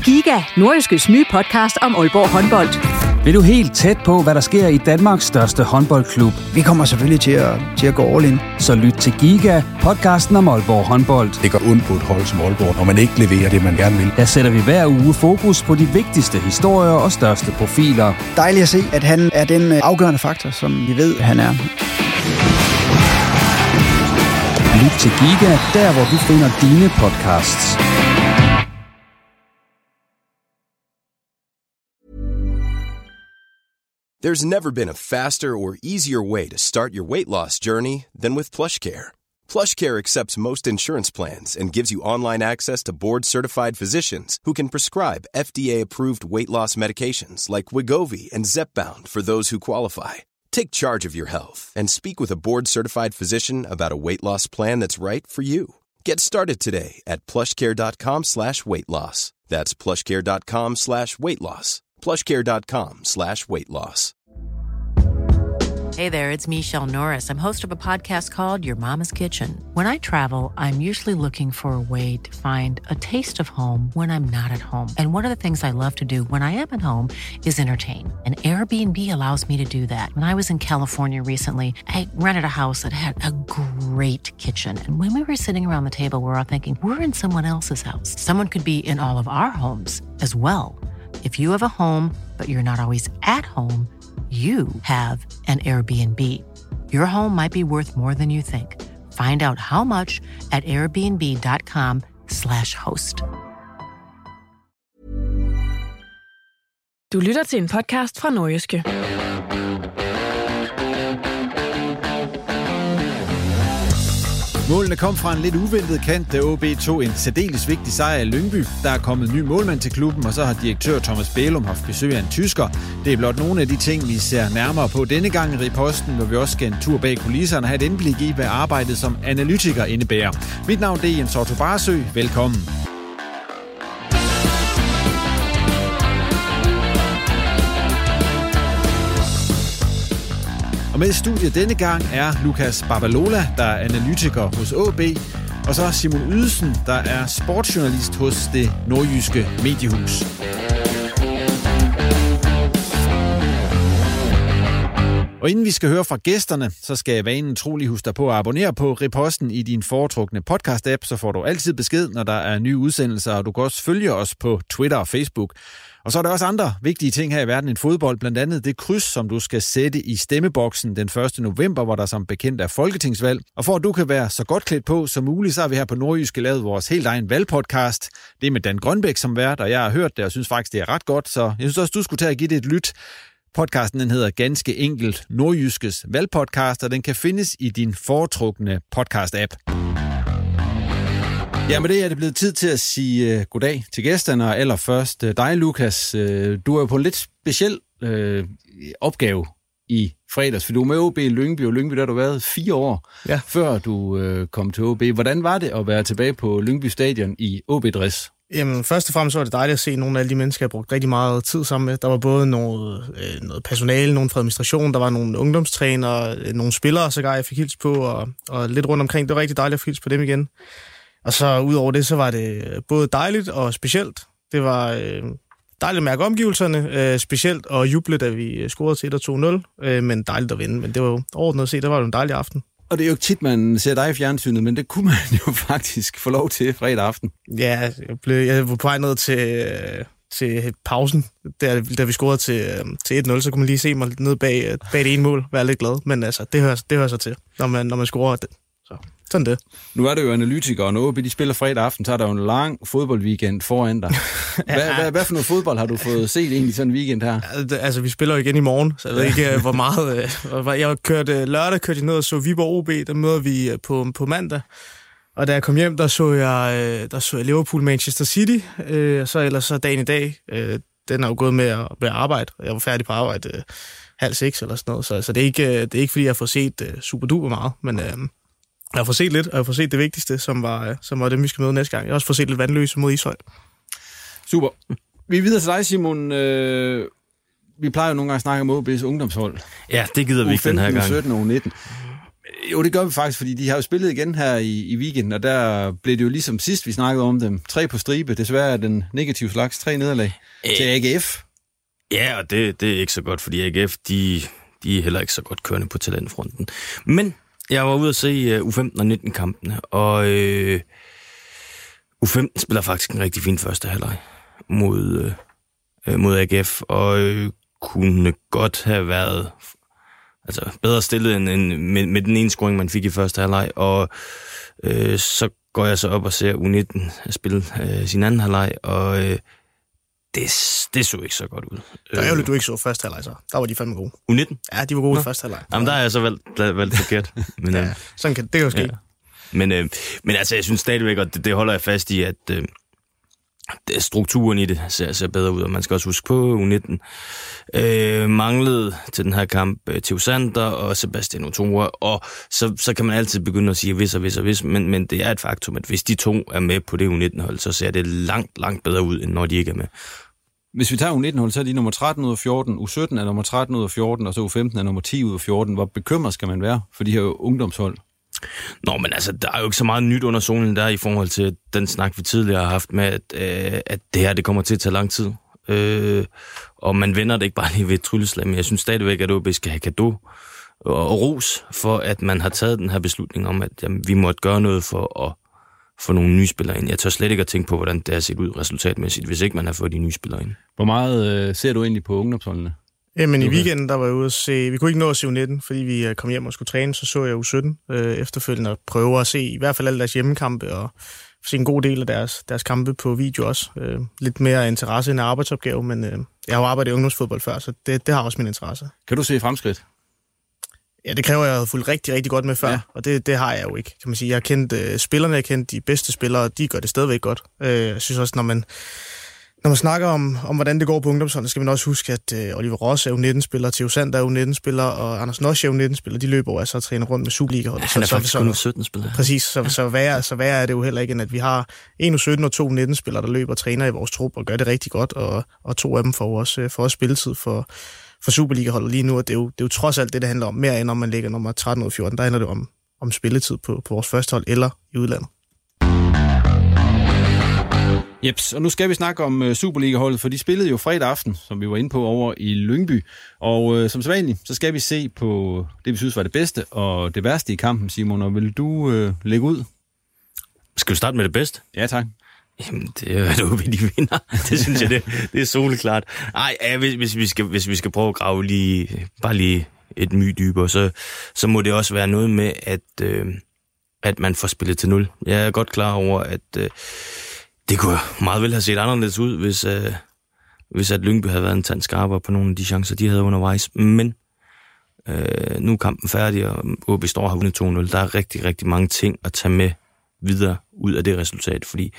Giga, Nordjyskes nye podcast om Aalborg håndbold. Vil du helt tæt på, hvad der sker i Danmarks største håndboldklub? Vi kommer selvfølgelig til at gå all in. Så lyt til Giga, podcasten om Aalborg håndbold. Det går ondt på et hold som Aalborg, når man ikke leverer det, man gerne vil. Der sætter vi hver uge fokus på de vigtigste historier og største profiler. Dejligt at se, at han er den afgørende faktor, som vi ved, han er. Lyt til Giga, der hvor du finder dine podcasts. There's never been a faster or easier way to start your weight loss journey than with PlushCare. PlushCare accepts most insurance plans and gives you online access to board-certified physicians who can prescribe FDA-approved weight loss medications like Wegovy and Zepbound for those who qualify. Take charge of your health and speak with a board-certified physician about a weight loss plan that's right for you. Get started today at plushcare.com/weightloss. That's plushcare.com/weightloss. plushcare.com/weightloss. Hey there, it's Michelle Norris. I'm host of a podcast called Your Mama's Kitchen. When I travel, I'm usually looking for a way to find a taste of home when I'm not at home. And one of the things I love to do when I am at home is entertain. And Airbnb allows me to do that. When I was in California recently, I rented a house that had a great kitchen. And when we were sitting around the table, we were all thinking, we're in someone else's house. Someone could be in all of our homes as well. If you have a home, but you're not always at home, you have an Airbnb. Your home might be worth more than you think. Find out how much at airbnb.com/host. Du lytter til en podcast fra Nordjyske. Målene kom fra en lidt uventet kant, da OB tog en særdeles vigtig sejr i Lyngby. Der er kommet ny målmand til klubben, og så har direktør Thomas Bælum haft besøg af en tysker. Det er blot nogle af de ting, vi ser nærmere på denne gang i Riposten, hvor vi også skal en tur bag kulisserne og have et indblik i, hvad arbejdet som analytiker indebærer. Mit navn er Jens Otto Barsø. Velkommen. Og med i studiet denne gang er Lukas Babalola, der er analytiker hos AB, og så Simon Ydesen, der er sportsjournalist hos det nordjyske mediehus. Og inden vi skal høre fra gæsterne, så skal jeg vanen trolig huske dig på at abonnere på Riposten i din foretrukne podcast-app, så får du altid besked, når der er nye udsendelser, og du kan også følge os på Twitter og Facebook. Og så er der også andre vigtige ting her i verden end fodbold, blandt andet det kryds, som du skal sætte i stemmeboksen den 1. november, hvor der som bekendt er folketingsvalg. Og for at du kan være så godt klædt på som muligt, så har vi her på Nordjyske lavet vores helt egen valgpodcast. Det er med Dan Grønbæk som vært, og jeg har hørt det og synes faktisk, det er ret godt, så jeg synes også, du skulle tage og give det et lyt. Podcasten den hedder ganske enkelt Nordjyskes valgpodcast, og den kan findes i din foretrukne podcast-app. Ja, med det er det blevet tid til at sige goddag til gæsterne, og allerførst dig, Lukas. Du er jo på en lidt speciel opgave i fredags, for du er med OB i Lyngby, og Lyngby der har du været 4 år, før du kom til OB. Hvordan var det at være tilbage på Lyngby Stadion i OB-dress? Jamen, først og fremmest var det dejligt at se nogle af alle de mennesker, jeg brugte rigtig meget tid sammen med. Der var både noget personale, nogen fra administration, der var nogle ungdomstrænere, nogle spillere, sågar jeg fik hils på, og lidt rundt omkring. Det var rigtig dejligt at få hils på dem igen. Og så udover det, så var det både dejligt og specielt. Det var dejligt at mærke omgivelserne, specielt og juble, da vi scorede til 1-2-0, men dejligt at vinde. Men det var jo overordnet at se, det var jo en dejlig aften. Og det er jo ikke tit, man ser dig i fjernsynet, men det kunne man jo faktisk få lov til fredag aften. Ja, jeg var på vej ned til pausen, da vi scorede til 1-0, så kunne man lige se mig ned bag det ene mål, være lidt glad. Men altså, det hører sig til, når man scorer det. Sådan det. Nu er det jo analytikere, og når OB de spiller fredag aften, så er der jo en lang fodboldweekend foran dig. Hvad for noget fodbold har du fået set egentlig sådan en weekend her? Altså, vi spiller jo igen i morgen, så jeg ved ikke, hvor meget... Jeg kørte ned og så Viborg OB, der møder vi på mandag. Og da jeg kom hjem, der så jeg Liverpool-Manchester City, og så ellers så dagen i dag. Den er jo gået med at arbejde, og jeg var færdig på arbejde 5:30 eller sådan noget. Så det er ikke fordi, jeg har fået set super duper meget, men... Jeg har fået set lidt, og jeg har fået set det vigtigste, som var dem, vi skal møde næste gang. Jeg har også fået set lidt Vandløse mod Ishøj. Super. Vi er videre til dig, Simon. Vi plejer jo nogle gange at snakke om OB's ungdomshold. Ja, det gider vi ikke den her gang. 17 og 19. Jo, det gør vi faktisk, fordi de har jo spillet igen her i weekenden, og der blev det jo ligesom sidst, vi snakkede om dem. 3 på stribe, desværre den negative slags, 3 nederlag til AGF. Ja, og det er ikke så godt, fordi AGF, de er heller ikke så godt kørende på talentfronten. Men jeg var ude at se U15 og 19-kampene, og U15 spiller faktisk en rigtig fin første halvleg mod AGF, og kunne godt have været bedre stillet end med den ene scoring, man fik i første halvleg, og så går jeg så op og ser U19 spille sin anden halvleg, og det så ikke så godt ud. Der er jo lidt, du ikke så første halvleg, så. Der var de fandme gode. U19? Ja, de var gode i første halvleg. Jamen, der har jeg så valgt forkert. Men, ja, sådan kan det jo ske. Ja. Men altså, jeg synes stadigvæk, og det holder jeg fast i, at strukturen i det ser bedre ud, og man skal også huske på U19. Manglede til den her kamp Theo Sander og Sebastian Otora, og så kan man altid begynde at sige hvis, men det er et faktum, at hvis de to er med på det U19-hold, så ser det langt bedre ud, end når de ikke er med. Hvis vi tager U19-hold, så er de nummer 13 ud af 14, U17 er nummer 13 ud af 14, og så U15 er nummer 10 ud af 14. Hvor bekymret skal man være for de her ungdomshold? Nå, men altså, der er jo ikke så meget nyt under solen der i forhold til den snak, vi tidligere har haft med, at det her, det kommer til at tage lang tid. Og man vender det ikke bare lige ved et trylleslag, men jeg synes stadigvæk, at OB skal have cadeau og ros for, at man har taget den her beslutning om, at jamen, vi måtte gøre noget for at få nogle nye spillere ind. Jeg tør slet ikke at tænke på, hvordan det har set ud resultatmæssigt, hvis ikke man har fået de nye spillere ind. Hvor meget ser du egentlig på ungdomsholdene? Jamen i weekenden, der var jeg ude at se, vi kunne ikke nå at se U19, fordi vi kom hjem og skulle træne, så jeg U17 efterfølgende og prøve at se i hvert fald alle deres hjemmekampe og se en god del af deres kampe på video også. Lidt mere interesse end arbejdsopgave, men jeg har jo arbejdet i ungdomsfodbold før, så det har også min interesse. Kan du se fremskridt? Ja, det kræver, jeg havde fulgt rigtig godt med før, ja. Og det har jeg jo ikke, kan man sige. Jeg har kendt spillerne, jeg har kendt de bedste spillere, og de gør det stadigvæk godt. Jeg synes også, når man snakker om hvordan det går på ungdomsholdet, skal man også huske, at Oliver Ross er U19-spiller, Theo Sander er U19-spiller, og Anders Nosch er U19-spiller. De løber altså og træner rundt med Superliga-holdet. Han er faktisk kun U17-spiller. Præcis, så værre er det jo heller ikke, end at vi har en U17 og 2 U19-spillere, der løber og træner i vores trup og gør det rigtig godt, og 2 af dem får også spilletid for Superliga-holdet lige nu, og det er jo trods alt det handler om, mere end om man ligger nummer 13 og 14. Der handler det om spilletid på vores første hold eller i udlandet. Jeps, og nu skal vi snakke om Superliga-holdet, for de spillede jo fredag aften, som vi var inde på over i Lyngby. Og som sædvanligt, så skal vi se på det, vi synes var det bedste og det værste i kampen, Simon. Og vil du lægge ud? Skal vi starte med det bedste? Ja, tak. Jamen, det er jo, de vinder. Det synes jeg, det er soleklart. Ej, hvis vi skal prøve at grave bare lige et my dybere, så må det også være noget med, at man får spillet til 0. Jeg er godt klar over, at det kunne meget vel have set anderledes ud, hvis at Lyngby havde været en tand skarpere på nogle af de chancer, de havde undervejs. Men nu er kampen færdig, og OB står har vundet 2-0. Der er rigtig, rigtig mange ting at tage med videre ud af det resultat, fordi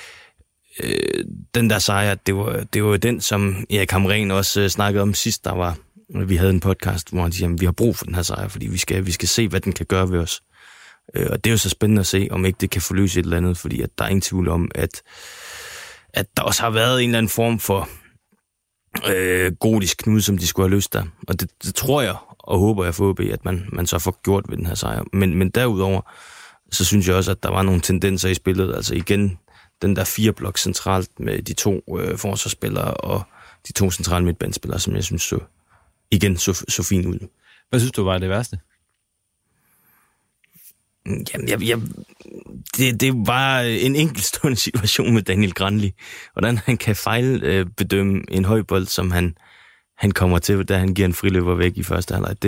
den der sejr, det var den, som Erik Hamrén også snakkede om sidst, vi havde en podcast, hvor han siger, at vi har brug for den her sejr, fordi vi skal se, hvad den kan gøre ved os. Og det er jo så spændende at se, om ikke det kan forløse et eller andet, fordi at der er ingen tvivl om, at der også har været en eller anden form for godisk knude, som de skulle have løst der. Og det tror jeg og håber jeg for OB, at man så får gjort ved den her sejr. Men derudover, så synes jeg også, at der var nogle tendenser i spillet. Altså igen, den der 4-blok centralt med de 2 forsvarsspillere og de 2 centrale midtbanespillere, som jeg synes så fint ud. Hvad synes du var det værste? Jamen, det var en enkeltstående situation med Daniel Granli. Hvordan han kan fejlbedømme en høj bold, som han kommer til, da han giver en friløber væk i første halvleg.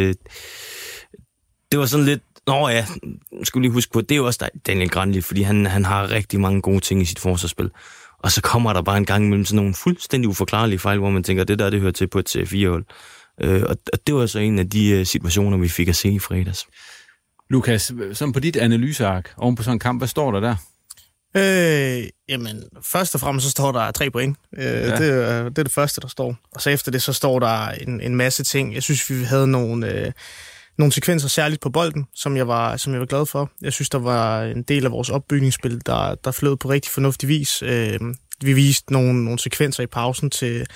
Det var sådan lidt... Nå ja, skulle lige huske på, det er jo også Daniel Granli, fordi han har rigtig mange gode ting i sit forsvarsspil. Og så kommer der bare en gang imellem sådan nogle fuldstændig uforklarlige fejl, hvor man tænker, det hører til på et C4-hold. Og det var så en af de situationer, vi fik at se i fredags. Lukas, sådan på dit analyseark oven på sådan en kamp, hvad står der der? Jamen, først og fremmest så står der 3 point. Ja. Det er det første, der står. Og så efter det, så står der en masse ting. Jeg synes, vi havde nogle sekvenser særligt på bolden, som jeg var glad for. Jeg synes, der var en del af vores opbygningsspil, der flød på rigtig fornuftig vis. Vi viste nogle sekvenser i pausen til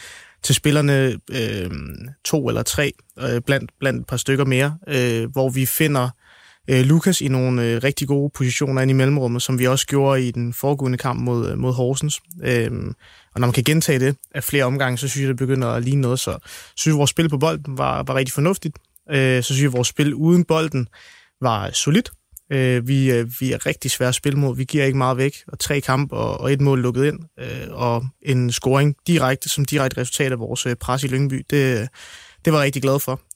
spillerne 2 eller 3, blandt et par stykker mere, hvor vi finder Lukas i nogle rigtig gode positioner inde i mellemrummet, som vi også gjorde i den foregående kamp mod Horsens. Og når man kan gentage det af flere omgange, så synes jeg, det begynder at ligne noget. Så synes jeg, vores spil på bolden var rigtig fornuftigt. Så synes jeg, vores spil uden bolden var solidt. Vi er rigtig svære at spille mod. Vi giver ikke meget væk. Og 3 kampe og 1 mål lukket ind. Og en scoring som direkte resultat af vores pres i Lyngby. Det var jeg rigtig glad for.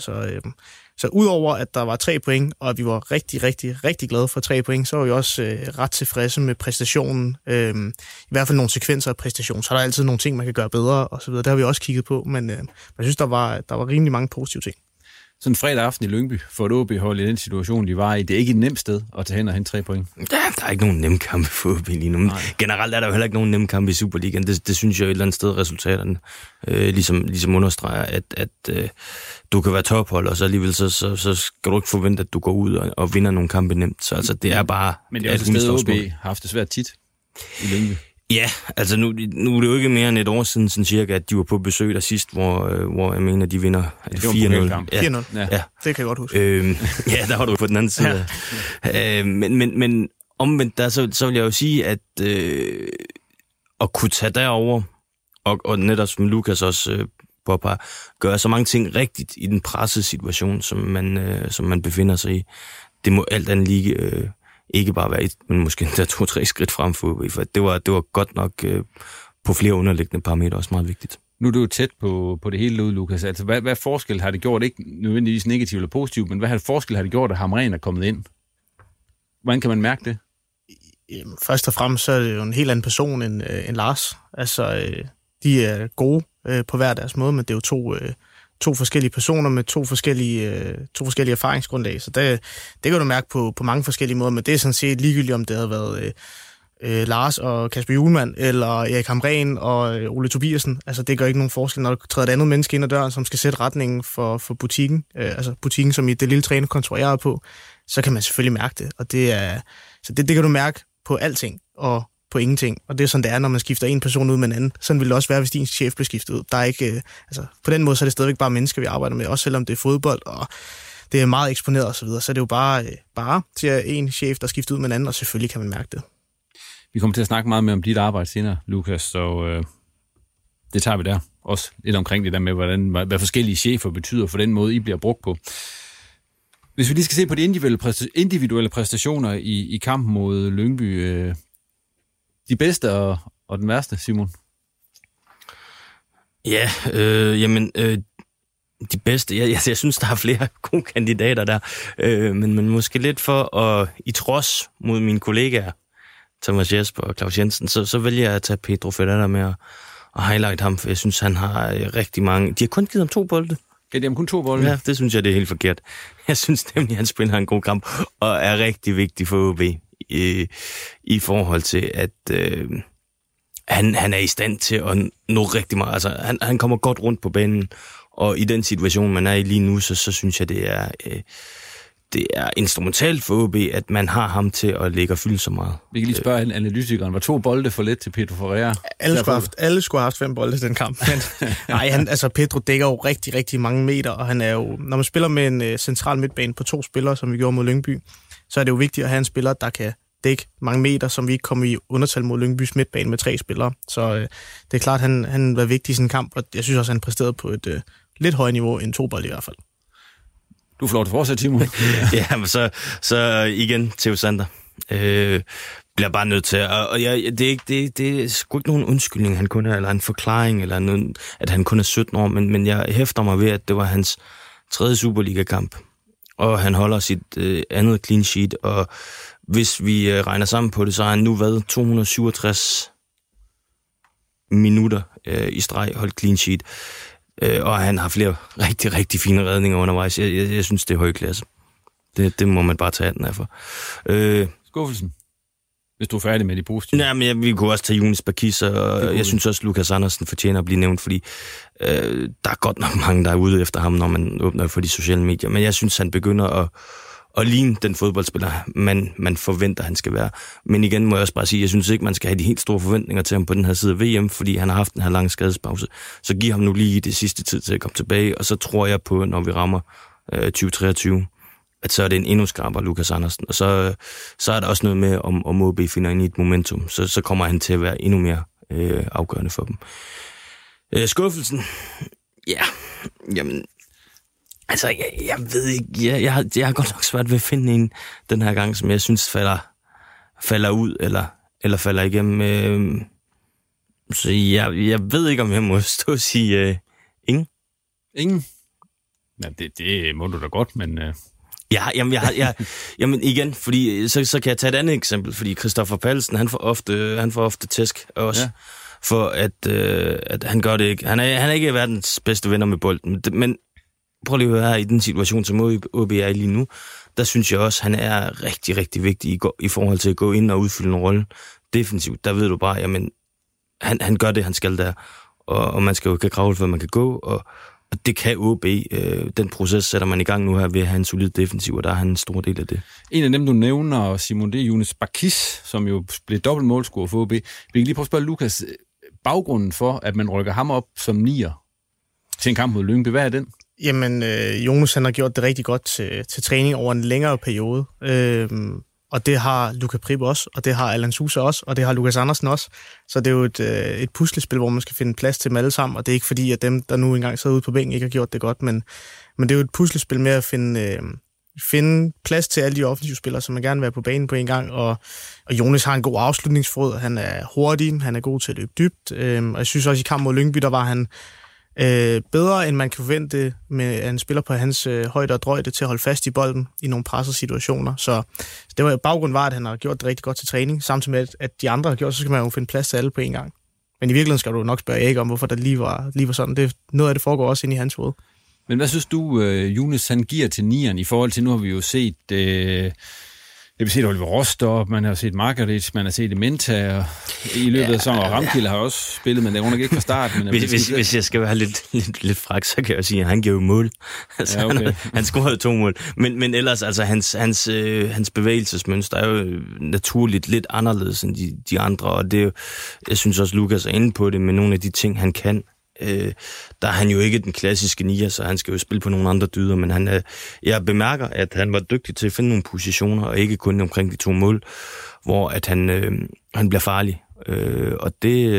Så udover at der var 3 point, og at vi var rigtig, rigtig, rigtig glade for 3 point, så var vi også ret tilfredse med præstationen. I hvert fald nogle sekvenser af præstation. Så er der altid nogle ting, man kan gøre bedre, og så videre. Det har vi også kigget på, men jeg synes, der var rimelig mange positive ting. Sådan en fredag aften i Lyngby for et OB-hold i den situation, de var i. Det er ikke et nemt sted at tage hen og hente 3 point. Ja, der er ikke nogen nem kamp for OB lige nu. Generelt er der jo heller ikke nogen nem kamp i Superligaen. Det synes jeg jo et eller andet sted resultaterne ligesom understreger, at du kan være tophold, og så alligevel så skal du ikke forvente, at du går ud og vinder nogle kampe nemt. Så altså, det er bare... Men det er også et sted, OB har haft det svært tit i Lyngby. Ja, altså nu er det jo ikke mere end et år siden cirka, at de var på besøg der sidst, hvor jeg mener, de vinder 4-0. 4-0, ja. Det kan jeg godt huske. Ja, der var du på den anden side. Ja. Men omvendt der, så vil jeg jo sige, at at kunne tage derover og netop som Lukas også påpeger, gøre så mange ting rigtigt i den pressede situation, som man befinder sig i. Det må alt andet lige... ikke bare være 1, men måske der 2-3 skridt frem for OB, for det var godt nok på flere underliggende parametre også meget vigtigt. Nu er du jo tæt på det hele ud, Lukas. Altså, hvad forskel har det gjort? Ikke nødvendigvis negativt eller positivt, men hvad forskel har det gjort, at Hamrén er kommet ind? Hvordan kan man mærke det? Først og fremmest så er det jo en helt anden person end Lars. Altså, de er gode på hver deres måde, men det er jo to forskellige personer med to forskellige erfaringsgrundlag. Så det kan du mærke på mange forskellige måder, men det er sådan set ligegyldigt, om det havde været Lars og Kasper Hjulmand, eller Erik Hamrén og Ole Tobiasen. Altså, det gør ikke nogen forskel, når der træder et andet menneske ind ad døren, som skal sætte retningen for butikken. Altså butikken, som i det lille træner konstruerer på. Så kan man selvfølgelig mærke det. Og det kan du mærke på alting og på ingenting. Og det er sådan, det er, når man skifter en person ud med en anden. Sådan vil det også være, hvis din chef bliver skiftet ud. Der er ikke, på den måde, så er det stadigvæk bare mennesker, vi arbejder med. Også selvom det er fodbold, og det er meget eksponeret osv. Så er det jo bare til en chef, der skifter ud med en anden, og selvfølgelig kan man mærke det. Vi kommer til at snakke meget mere om dit arbejde senere, Lukas, så det tager vi der. Også lidt omkring det der med, hvad forskellige chefer betyder for den måde, I bliver brugt på. Hvis vi lige skal se på de individuelle præstationer i kampen mod Lyngby, de bedste og den værste, Simon? Ja, de bedste. Jeg synes, der er flere gode kandidater der, men måske lidt for at i trods mod mine kollegaer, Thomas Jesper og Claus Jensen, så vælger jeg at tage Pedro Ferreira med og highlight ham, for jeg synes, han har rigtig mange... De har kun givet ham 2 bolde. Ja, de har kun 2 bolde? Ja, det synes jeg, det er helt forkert. Jeg synes nemlig, at han spiller en god kamp, og er rigtig vigtig for OB i forhold til, at han er i stand til at nå rigtig meget. Altså, han kommer godt rundt på banen, og i den situation, man er i lige nu, så synes jeg, det er instrumentalt for OB, at man har ham til at lægge og fylde så meget. Vi kan lige spørge analytikeren. Var 2 bolde for lidt til Pedro Ferreira? Alle skulle have haft 5 bolde til den kamp. Men, nej, Pedro dækker jo rigtig, rigtig mange meter, og han er jo, når man spiller med en central midtbane på 2 spillere, som vi gjorde mod Lyngby, så er det jo vigtigt at have en spiller, der kan dække mange meter, som vi ikke kommer i undertal mod Lyngbys midtbane med 3 spillere. Så det er klart, han var vigtig i sin kamp, og jeg synes også, han præsterede på et lidt højere niveau end 2 bolde i hvert fald. Du får lov til at fortsætte, Simon. Ja, men så igen, Theo Sander. Bliver bare nødt til. Og det er sgu ikke nogen undskyldning, han kun er, eller en forklaring, eller noget, at han kun er 17 år, men jeg hæfter mig ved, at det var hans 3. Superliga-kamp, og han holder sit andet clean sheet, og hvis vi regner sammen på det, så har han nu været 267 minutter i streg holdt clean sheet. Og han har flere rigtig, rigtig fine redninger undervejs. Jeg synes, det er høj klasse. Det må man bare tage den af for. Skuffelsen, hvis du er færdig med de positive. Ja, men vi kunne også tage Jonas Bakis, og jeg synes også, Lukas Andersen fortjener at blive nævnt, fordi der er godt nok mange, der er ude efter ham, når man åbner for de sociale medier. Men jeg synes, han begynder at ligne den fodboldspiller, man forventer, han skal være. Men igen må jeg også bare sige, jeg synes ikke, man skal have de helt store forventninger til ham på den her side af VM, fordi han har haft den her lange skadespause. Så giv ham nu lige det sidste tid til at komme tilbage, og så tror jeg på, når vi rammer 2023, at så er det en endnu skarpere Lukas Andersen. Og så er der også noget med, om OB finder ind i et momentum. Så kommer han til at være endnu mere afgørende for dem. Skuffelsen? Ja, jamen... Altså, jeg ved ikke... Jeg har godt nok svært ved at finde en den her gang, som jeg synes falder ud, eller falder igennem. Så jeg ved ikke, om jeg må stå og sige ingen. Ingen? Ja, det må du da godt, men... Ja, jamen igen, fordi så kan jeg tage et andet eksempel, fordi Christoffer Pallesen, han får ofte tæsk også, for at han gør det ikke. Han er ikke verdens bedste venner med bolden, men prøv lige at høre her, i den situation, som OB er lige nu, der synes jeg også, han er rigtig, rigtig vigtig i forhold til at gå ind og udfylde en rolle defensivt. Der ved du bare, jamen, han gør det, han skal der, og man skal jo kan kravle, før man kan gå, og det kan OB. Den proces sætter man i gang nu her ved at have en solid defensiv, og der er han en stor del af det. En af dem, du nævner, Simon, det er Younes Bakis, som jo blev dobbelt målscorer for OB. Vi kan lige prøve at spørge Lukas, baggrunden for, at man rykker ham op som nier til en kamp mod Lyngby, hvad er den? Jamen, Jonas han har gjort det rigtig godt til træning over en længere periode. Og det har Luka Prip også, og det har Allan Sousa også, og det har Lukas Andersen også. Så det er jo et puslespil, hvor man skal finde plads til dem alle sammen, og det er ikke fordi, at dem, der nu engang sidder ude på bænken, ikke har gjort det godt, men det er jo et puslespil med at finde plads til alle de offensive spillere, som man gerne vil være på banen på en gang, og Jonas har en god afslutningsfod, han er hurtig, han er god til at løbe dybt, og jeg synes også i kamp mod Lyngby, der var han bedre, end man kan forvente med en spiller på hans højde og drøjde til at holde fast i bolden i nogle pressede situationer. Så det var baggrunden var, at han har gjort det rigtig godt til træning, samtidig med, at de andre har gjort, så skal man jo finde plads til alle på en gang. Men i virkeligheden skal du nok spørge Erik om, hvorfor der lige var sådan. Noget af det foregår også inde i hans hoved. Men hvad synes du, Younes, han giver til nieren i forhold til, nu har vi jo set... Vi har set Oliver Rostock, man har set Margaret, man har set Menta, og i løbet af sæsonen, og Ramkild har også spillet, men det er nok ikke fra start. Men hvis jeg skal være lidt fræk, så kan jeg sige, at han giver jo mål. Altså, ja, okay. Han scorede 2 mål. Men ellers, altså, hans bevægelsesmønster er jo naturligt lidt anderledes end de andre, og det er jo, jeg synes også, Lukas er inde på det med nogle af de ting, han kan. Der er han jo ikke den klassiske nier, så han skal jo spille på nogle andre dyder, men jeg bemærker, at han var dygtig til at finde nogle positioner, og ikke kun omkring de 2 mål, hvor at han bliver farlig. Og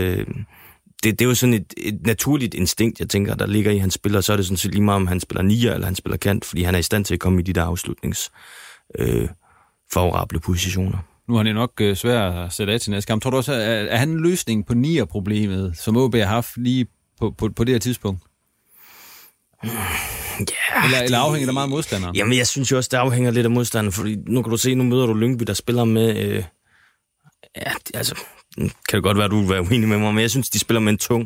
det er jo sådan et naturligt instinkt, jeg tænker, der ligger i hans spiller, så er det sådan set lige meget, om han spiller nier, eller han spiller kant, fordi han er i stand til at komme i de der favorable positioner. Nu har han nok svært at sætte af til næste kamp. Tror du også, er han en løsning på nier-problemet, som OB har haft lige på det her tidspunkt? Ja, eller afhænger det meget af modstanderen? Jamen, jeg synes jo også, det afhænger lidt af modstanderen, fordi nu kan du se, nu møder du Lyngby, der spiller med... altså, kan det godt være, at du vil være uenig med mig, men jeg synes, de spiller med en tung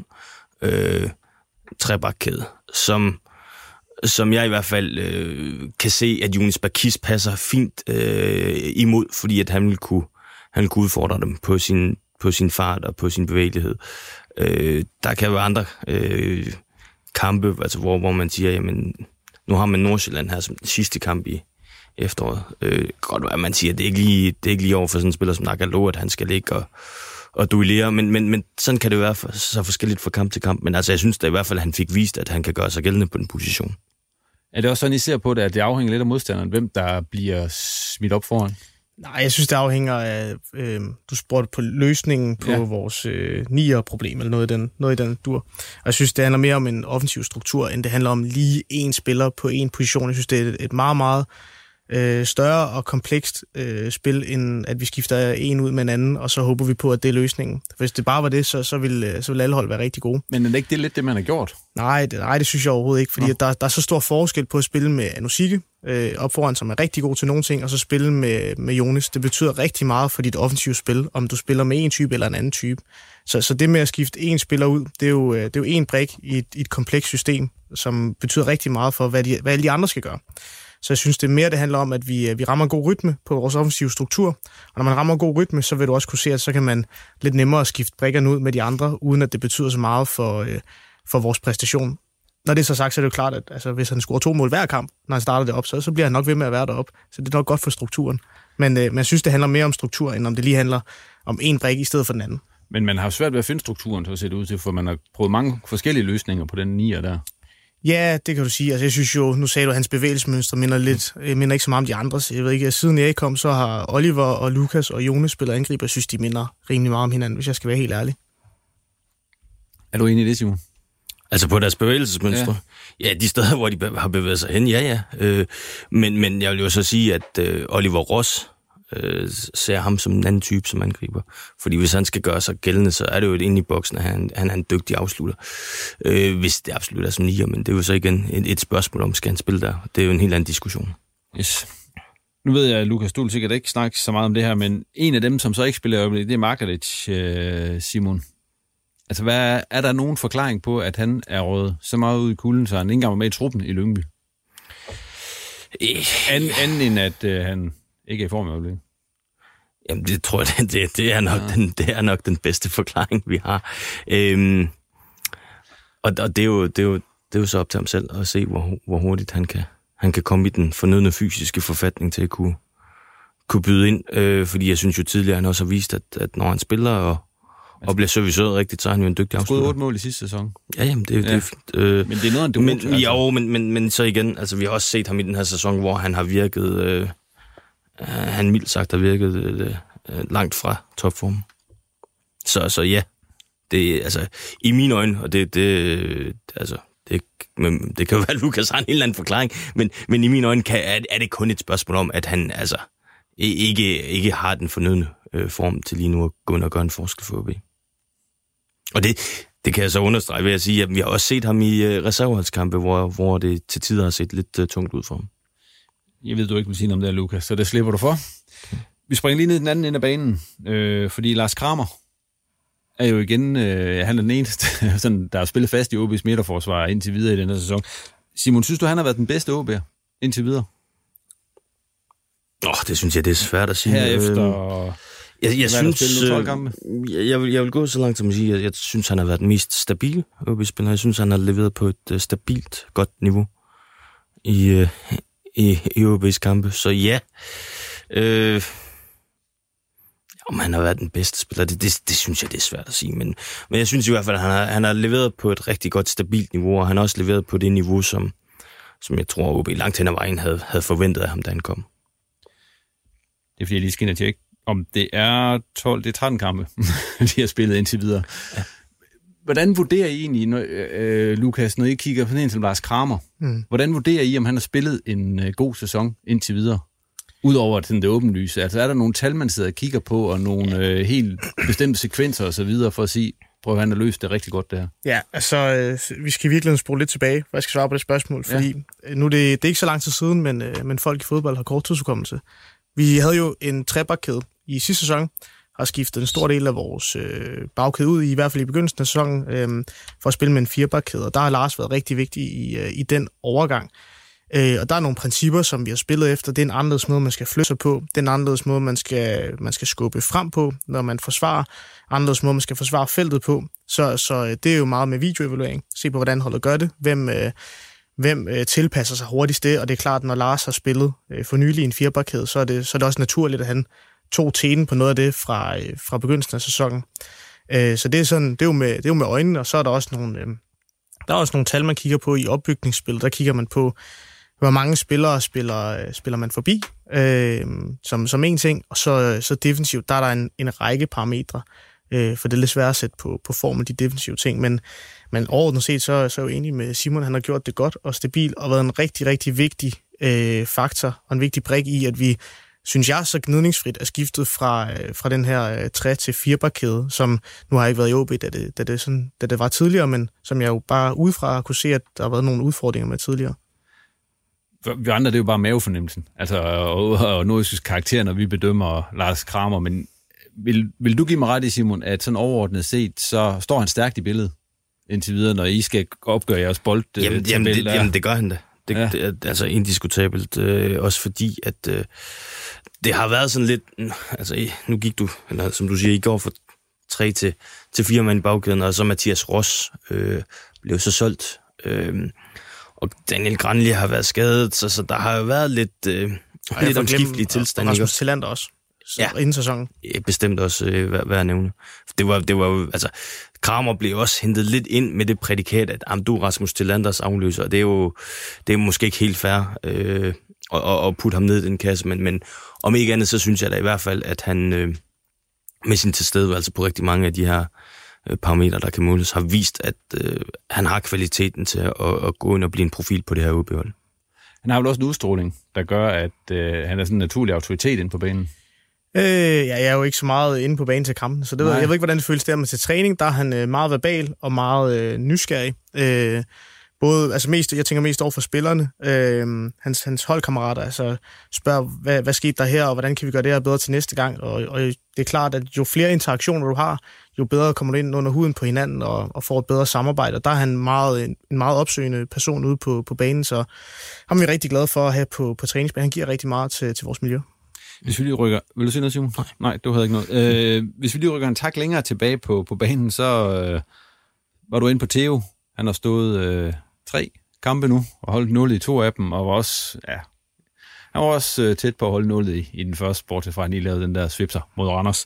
trebakkæde, som jeg i hvert fald kan se, at Younes Bakis passer fint imod, fordi at han vil kunne udfordre dem på sin fart og på sin bevægelighed. Der kan være andre kampe, altså hvor man siger, jamen, nu har man Nordsjælland her som den sidste kamp i efteråret. Godt være, at man siger, at det er ikke lige over for sådan en spiller som Nakalo, at han skal ligge og duellere, men sådan kan det være så forskelligt fra kamp til kamp. Men altså, jeg synes da i hvert fald, at han fik vist, at han kan gøre sig gældende på den position. Er det også sådan, I ser på det, at det afhænger lidt af modstanderen, hvem der bliver smidt op foran? Nej, jeg synes, det afhænger af, du spurgte på løsningen på vores nier-problem, eller noget i den dur. Og jeg synes, det handler mere om en offensiv struktur, end det handler om lige én spiller på én position. Jeg synes, det er et meget, meget større og komplekst spil, end at vi skifter en ud med en anden, og så håber vi på, at det er løsningen. Hvis det bare var det, så ville alle hold være rigtig gode. Men er det ikke det lidt det, man har gjort? Nej, det synes jeg overhovedet ikke, fordi der er så stor forskel på at spille med Anusike op foran, som er rigtig god til nogle ting, og så spille med Jonas. Det betyder rigtig meget for dit offensive spil, om du spiller med en type eller en anden type. Så det med at skifte en spiller ud, det er jo en brik i et komplekst system, som betyder rigtig meget for, hvad alle de andre skal gøre. Så jeg synes, det handler om, at vi rammer en god rytme på vores offensive struktur. Og når man rammer en god rytme, så vil du også kunne se, at så kan man lidt nemmere skifte brikkerne ud med de andre, uden at det betyder så meget for vores præstation. Når det er så sagt, så er det jo klart, at altså, hvis han scorer 2 mål hver kamp, når han starter det op, så bliver han nok ved med at være deroppe. Så det er nok godt for strukturen. Men jeg synes, det handler mere om struktur, end om det lige handler om en brik i stedet for den anden. Men man har jo svært ved at finde strukturen til at se det ud til, for man har prøvet mange forskellige løsninger på den nier der. Ja, det kan du sige. Altså, jeg synes jo, nu sagde du, at hans bevægelsesmønstre minder ikke så meget om de andres. Jeg ved ikke, siden jeg kom, så har Oliver og Lukas og Jonas spillet angriber. Jeg synes, de minder rimelig meget om hinanden, hvis jeg skal være helt ærlig. Er du enig i det, Simon? Altså på deres bevægelsesmønstre? Ja, de steder, hvor de har bevæget sig hen, ja. Men jeg vil jo så sige, at Oliver Ross ser ham som en anden type som angriber. Fordi hvis han skal gøre sig gældende, så er det jo et inde i boksen, at han er en dygtig afslutter. Hvis det absolut er som nier, men det er jo så igen et spørgsmål om, skal han spille der? Det er jo en helt anden diskussion. Yes. Nu ved jeg, at Lukas, du vil sikkert ikke snakke så meget om det her, men en af dem, som så ikke spiller i øjeblikket, det er Markalic, Simon. Altså, er der nogen forklaring på, at han er røget så meget ud i kulden, så han ikke engang var med i truppen i Lyngby? Anden end, at han ikke er i form i øjeblikket. Jamen, det tror jeg, det er nok den bedste forklaring, vi har. Og det er jo så op til ham selv at se, hvor hurtigt han kan komme i den fornødne fysiske forfatning til at kunne byde ind. Fordi jeg synes jo tidligere, han også har vist, at når han spiller og bliver serviceret rigtigt, så er han jo en dygtig afslutter. Han skød 8 mål i sidste sæson. Ja, jamen, det er fint. Men det er noget, du altså. Men så igen, altså vi har også set ham i den her sæson, hvor han har virket, han mildt sagt har virket langt fra topformen. Så ja, det altså i mine øjne, og det kan jo være, at Lukas har en helt anden forklaring, men i mine øjne er det kun et spørgsmål om, at han altså ikke har den fornødne form til lige nu at gå ind og gøre en forskel for OB. Og det kan jeg så understrege ved at sige, at vi har også set ham i reserveholdskampe, hvor det til tider har set lidt tungt ud for ham. Jeg ved, du ikke vil sige noget om det her, Lukas, så det slipper du for. Vi springer lige ned den anden ende af banen, fordi Lars Kramer er jo igen, han er den eneste, sådan, der har spillet fast i OB's midterforsvar indtil videre i den her sæson. Simon, synes du, han har været den bedste OB'er indtil videre? Det synes jeg, det er svært at sige. Herefter... Jeg synes, jeg vil gå så langt som at sige, at jeg synes, han har været den mest stabile OB-spiller. Jeg synes, han har leveret på et stabilt, godt niveau i OB's kampe. Så ja, om han har været den bedste spiller, det synes jeg, det er svært at sige. Men jeg synes i hvert fald, at han har leveret på et rigtig godt, stabilt niveau, og han har også leveret på det niveau, som jeg tror, OB langt hen ad vejen havde forventet af ham, da han kom. Det er fordi, jeg lige skal ind og tjekke, om det er 13 kampe, de har spillet indtil videre. Ja. Hvordan vurderer I egentlig, Lukas, når I kigger på en som Lars Kramer? Hvordan vurderer I, om han har spillet en god sæson indtil videre? Udover det åbenlyse. Altså er der nogle tal, man sidder og kigger på, og nogle helt bestemte sekvenser og så videre, for at sige, prøv at han har løst det rigtig godt der? Ja, altså vi skal virkelig spole lidt tilbage, for jeg skal svare på det spørgsmål, fordi nu det er ikke så lang tid siden, men folk i fodbold har kort tidshukommelse. Vi havde jo en trebakkæde i sidste sæson, har skiftet en stor del af vores bagkæde ud, i hvert fald i begyndelsen af sæsonen, for at spille med en firebakkæde, og der har Lars været rigtig vigtig i den overgang. Og der er nogle principper, som vi har spillet efter. Det er en anderledes måde, man skal flytte sig på. Det er en anderledes måde, man skal skubbe frem på, når man forsvarer. Anderledes måde, man skal forsvare feltet på. Så det er jo meget med videoevaluering. Se på, hvordan holdet gør det. Hvem tilpasser sig hurtigst det. Og det er klart, når Lars har spillet for nylig i en firebakkæde, så er det også naturligt, at han tog teten på noget af det fra begyndelsen af sæsonen. Så det er sådan, det er jo med øjnene, og så er der også nogle tal, man kigger på i opbygningsspillet. Der kigger man på, hvor mange spillere spiller man forbi, som en ting, og så defensivt, der er der en række parametre, for det er lidt svært at sætte på form af de defensive ting, men overordnet set, så er jeg jo enig med Simon, han har gjort det godt og stabilt, og været en rigtig, rigtig vigtig faktor, og en vigtig brik i, at vi, synes jeg, så gnidningsfrit er skiftet fra den her 3 til 4 bakkæde, som nu har ikke været i OB, da det var tidligere, men som jeg jo bare udefra kunne se, at der har været nogle udfordringer med tidligere. Vi andre, det er jo bare mavefornemmelsen, altså, og nordisk karakter, når vi bedømmer Lars Kramer, men vil du give mig ret i, Simon, at sådan overordnet set, så står han stærkt i billedet indtil videre, når I skal opgøre jeres boldtabel? Jamen, det gør han da. Det er altså indiskutabelt, også fordi, at det har været sådan lidt, altså nu gik du, eller som du siger, I går fra 3 til 4 mand i bagkæden, og så Mathias Ross blev så solgt, og Daniel Granli har været skadet, så der har jo været lidt omskiftelige tilstande. Og Rasmus Tillander også. inden sæsonen. Bestemt også værd at nævne. Det var jo, altså, Kramer blev også hentet lidt ind med det prædikat, at du er Rasmus Tillanders afløser, og det er måske ikke helt fair at putte ham ned i den kasse, men om ikke andet, så synes jeg da i hvert fald, at han med sin tilstedeværelse på rigtig mange af de her parametre, der kan måles, har vist, at han har kvaliteten til at gå ind og blive en profil på det her OB-hold. Han har vel også en udstråling, der gør, at han er sådan en naturlig autoritet inde på banen. Jeg er jo ikke så meget inde på banen til kampen, så jeg ved ikke, hvordan det føles der, men til træning, der er han meget verbal og meget nysgerrig. Både, altså jeg tænker mest over for spillerne. Hans holdkammerater spørger, hvad skete der her, og hvordan kan vi gøre det her bedre til næste gang? Og det er klart, at jo flere interaktioner du har, jo bedre kommer du ind under huden på hinanden og får et bedre samarbejde. Og der er han en meget opsøgende person ude på banen, så ham er vi rigtig glade for at have på træningsbanen. Han giver rigtig meget til vores miljø. Hvis vi lige rykker... Vil du sige noget, Simon? Nej, du havde ikke noget. Hvis vi lige rykker en tak længere tilbage på banen, så var du inde på Theo. Han har stået 3 kampe nu og holdt 0 i 2 af dem, og han var også tæt på at holde 0 i den første, bortset fra, han lige lavede den der svipser mod Randers.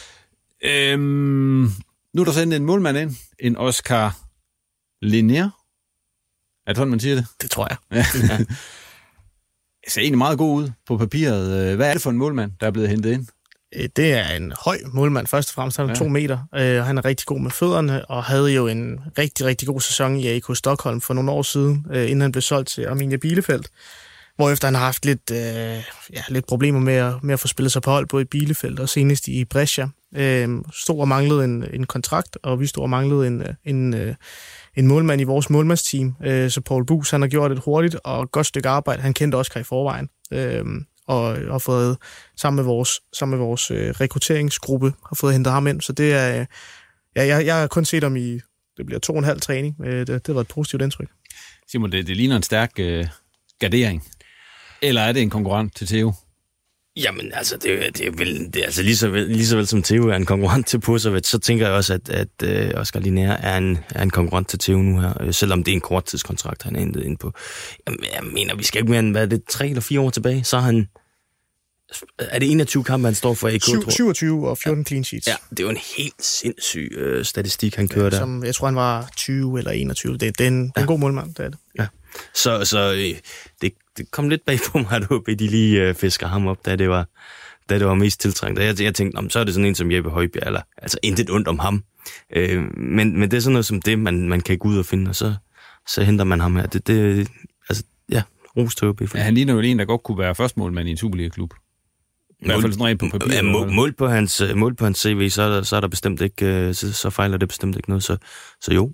Nu er der sendt en målmand ind, en Oscar Linier. Er det sådan, man siger det? Det tror jeg. Ja. Det ser egentlig meget god ud på papiret. Hvad er det for en målmand, der er blevet hentet ind? Det er en høj målmand, først og fremmest. Han er 2 meter, og han er rigtig god med fødderne, og havde jo en rigtig, rigtig god sæson i AK Stockholm for nogle år siden, inden han blev solgt til Arminia Bielefeld, hvorefter han har haft lidt problemer med at få spillet sig på hold, både i Bielefeld og senest i Brescia. Stod og manglede en kontrakt, og vi stod og manglede en målmand i vores målmandsteam. Så Paul Buus, han har gjort et hurtigt og godt stykke arbejde. Han kendte Oscar i forvejen. Og har fået sammen med vores rekrutteringsgruppe har fået hentet ham ind, så det er jeg har kun set ham i det bliver 2,5 træning. Det var et positivt indtryk. Simon, det ligner en stærk gardering. Eller er det en konkurrent til Theo? Jamen, altså, det er vel altså lige så vel som Theo er en konkurrent til Pusovic, så tænker jeg også, at Oscar Linier er en konkurrent til Theo nu her, selvom det er en korttidskontrakt, han er hentet ind på. Jeg mener, vi skal ikke mere end, hvad er det, 3 eller 4 år tilbage, så er det 21 kampe, han står for AK? 27 og 14 clean sheets. Ja, det er jo en helt sindssyg statistik, han kører der. Jeg tror, han var 20 eller 21. Det er en god målmand, det er det. Ja. Så det kom lidt bag på mig, at OB de lige fisker ham op, da det var mest tiltrængt. Og jeg tænkte, så er det sådan en som Jeppe Højbjerg, eller altså intet ondt om ham. Men det er sådan noget som det, man kan gå ud og finde, og så henter man ham her. Ros til OB. Ja, han ligner jo en, der godt kunne være førstmålmand i en Superliga-klub. I hvert fald sådan rent på papir. Mål på hans CV, så er der bestemt ikke, så fejler det bestemt ikke noget, så jo.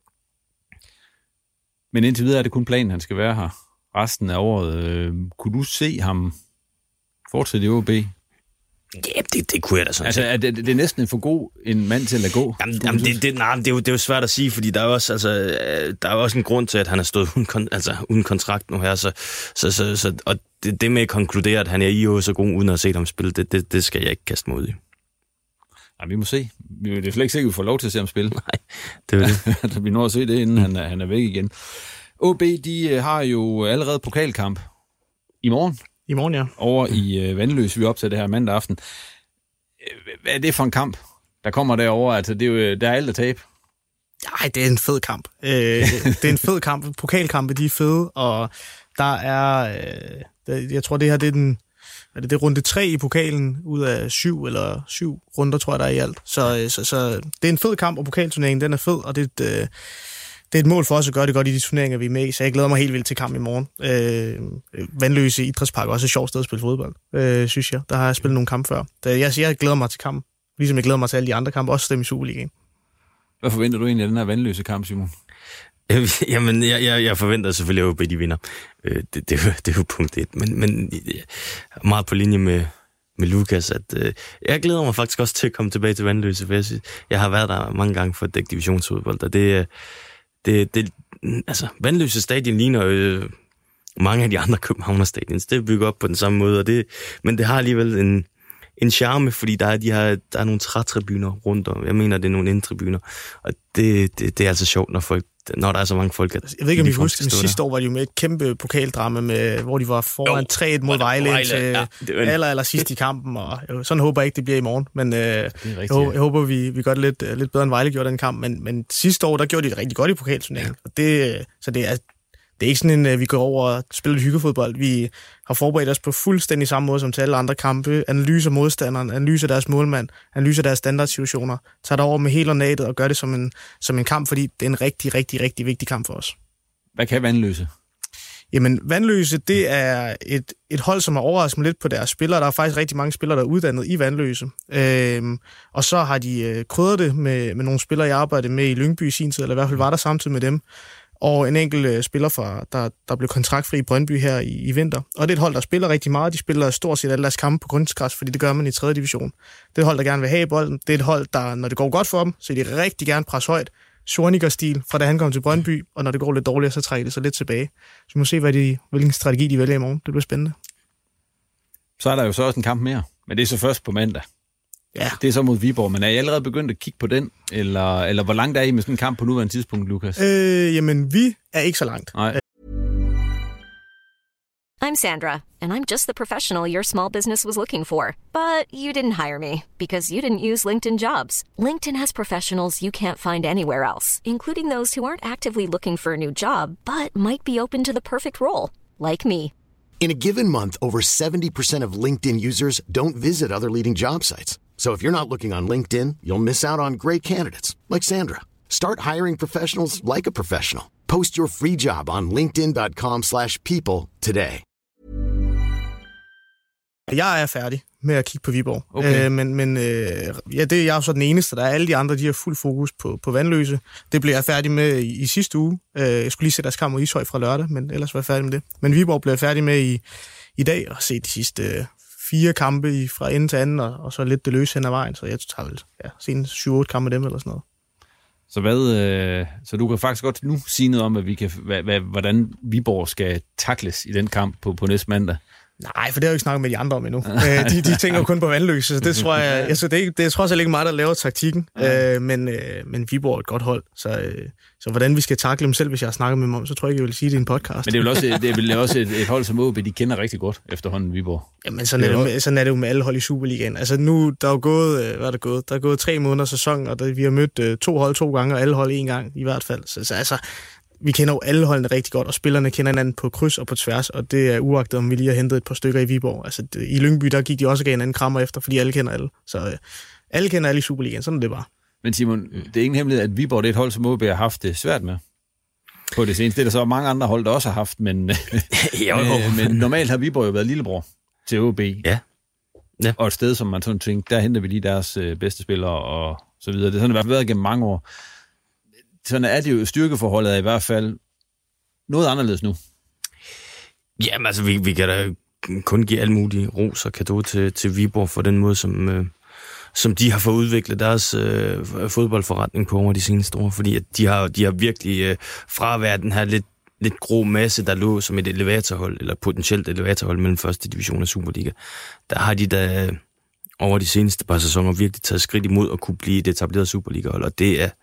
Men indtil videre er det kun planen, han skal være her resten af året. Kunne du se ham fortsætte i OB? Ja, det kunne jeg da sådan. Altså, det er næsten for god en mand til at gå? Jamen det er jo svært at sige, fordi der er jo også en grund til, at han har stået uden kontrakt nu her, så og det med at konkludere, at han er i så god, uden at have set ham spille, det skal jeg ikke kaste mod i. Ja, vi må se. Det er slet ikke sikkert, at vi får lov til at se ham spille. Nej, det er det. Vi når at se det, inden han er væk igen. OB, de har jo allerede pokalkamp i morgen. I morgen, ja. Over i Vandløs, vi optager det her mandag aften. Hvad er det for en kamp, der kommer derovre? Altså, der er alt at tabe. Nej, det er en fed kamp. Det er en fed kamp. Pokalkampe, de er fede, og der er... jeg tror, det her det er det er runde 3 i pokalen ud af 7 runder, tror jeg, der er i alt. Så det er en fed kamp, og pokalturneringen, den er fed, og det er et mål for os at gøre det godt i de turneringer, vi er med i, så jeg glæder mig helt vildt til kamp i morgen. Vandløse Idrætspark er også et sjovt sted at spille fodbold, synes jeg. Der har jeg spillet nogle kampe før. Jeg glæder mig til kampen, ligesom jeg glæder mig til alle de andre kampe, også dem i Superligaen. Hvad forventer du egentlig af den her Vandløse kamp, Simon? Jamen, jeg forventer selvfølgelig, at OB de vinder. Det er jo punkt 1. Men meget på linje med Lukas, at jeg glæder mig faktisk også til at komme tilbage til Vandløse, for jeg har været der mange gange for at dække divisionsfodbold, og altså, Vandløse stadion ligner mange af de andre Københavner stadions. Det er bygget op på den samme måde, men det har alligevel en charme, fordi der er nogle trætribuner rundt om. Jeg mener, det er nogle indtribuner. Og det er altså sjovt, når der er så mange folk. Jeg ved ikke, om I husker, men sidste år var de jo med et kæmpe pokaldrama, hvor de var foran 3-1 mod Vejle til aller sidst i kampen. Og sådan håber jeg ikke, det bliver i morgen. Men jeg håber, vi gør det lidt bedre end Vejle gjorde den kamp. Men sidste år, der gjorde de det rigtig godt i pokalturneringen. Ja. Så det er ikke sådan en, vi går over og spiller lidt hyggefodbold. Vi har forberedt os på fuldstændig samme måde som til alle andre kampe. Analyser modstanderen, analyser deres målmand, analyser deres standardsituationer. Tager det over med helt ornatet og gør det som en kamp, fordi det er en rigtig, rigtig, rigtig vigtig kamp for os. Hvad kan Vandløse? Jamen, Vandløse, det er et hold, som har overrasket mig lidt på deres spillere. Der er faktisk rigtig mange spillere, der er uddannet i Vandløse. Og så har de krydret det med nogle spillere, jeg arbejdede med i Lyngby i sin tid, eller i hvert fald var der samtidig med dem. Og en enkelt spiller, der blev kontraktfri i Brøndby her i vinter. Og det er et hold, der spiller rigtig meget. De spiller stort set alle deres kampe på kunstgræs, fordi det gør man i 3. division. Det er et hold, der gerne vil have bolden. Det er et hold, der, når det går godt for dem, så de rigtig gerne presser højt. Sorniger-stil, fra da han kom til Brøndby, og når det går lidt dårligt, så trækker det sig lidt tilbage. Så vi må se, hvilken strategi de vælger i morgen. Det bliver spændende. Så er der jo så også en kamp mere, men det er så først på mandag. Ja. Det er så mod Viborg, men er I allerede begyndt at kigge på den? Eller hvor langt er I med sådan en kamp på nuværende tidspunkt, Lukas? Jamen, vi er ikke så langt. Nej. I'm Sandra, and I'm just the professional your small business was looking for. But you didn't hire me, because you didn't use LinkedIn Jobs. LinkedIn has professionals you can't find anywhere else, including those who aren't actively looking for a new job, but might be open to the perfect role, like me. In a given month, over 70% of LinkedIn users don't visit other leading job sites. So if you're not looking on LinkedIn, you'll miss out on great candidates like Sandra. Start hiring professionals like a professional. Post your free job on linkedin.com/people today. Jeg er færdig med at kigge på Viborg. Okay. Men jeg er jo så den eneste, der er. Alle de andre, de har fuld fokus på Vandløse. Det blev jeg færdig med i sidste uge. Jeg skulle lige se deres kamp mod Ishøj fra lørdag, men ellers var jeg færdig med det. Men Viborg blev jeg færdig med i dag, og se de sidste 4 kampe fra ende til anden, og så lidt det løse hen ad vejen. Så jeg tager vel sen 7-8 kampe med dem eller sådan noget. Så du kan faktisk godt nu sige noget om, hvordan Viborg skal takles i den kamp på næste mandag? Nej, for det har jeg jo ikke snakket med de andre om endnu. De tænker jo kun på Vandløse, så det tror jeg... det er trods alt ikke mig, der laver taktikken, men Viborg er et godt hold, så hvordan vi skal takle dem selv, hvis jeg har snakket med dem om, så tror jeg ikke, jeg vil sige det i en podcast. Men det er vel også et hold som OB, de kender rigtig godt efterhånden Viborg. Jamen, sådan er det jo med alle hold i Superligaen. Altså nu, der er jo gået, Der er gået 3 måneder sæson, og vi har mødt 2 hold 2 gange, og alle hold 1 gang i hvert fald. Så altså... Vi kender jo alle holdene rigtig godt, og spillerne kender hinanden på kryds og på tværs, og det er uagtet, om vi lige har hentet et par stykker i Viborg. Altså, i Lyngby, der gik de også og gav hinanden krammer efter, fordi alle kender alle. Så alle kender alle i Superligaen, sådan er det bare. Men Simon, det er ingen hemmelighed, at Viborg det er et hold, som OB har haft det svært med på det seneste. Det er der så mange andre hold, der også har haft, men normalt har Viborg jo været lillebror til OB. Ja. Og et sted, som man sådan tænker, der henter vi lige deres bedste spillere og så videre. Det har sådan i hvert fald været gennem mange år. Sådan er det jo, styrkeforholdet er i hvert fald noget anderledes nu. Jamen altså, vi kan da kun give alle mulige ros og cadeau til Viborg for den måde, som de har fået udviklet deres fodboldforretning på over de seneste år, fordi at de har virkelig fra at være den her lidt grå masse, der lå som et elevatorhold, eller potentielt elevatorhold mellem første division af Superliga, der har de da over de seneste par sæsoner virkelig taget skridt imod at kunne blive et etableret Superliga-hold, og det er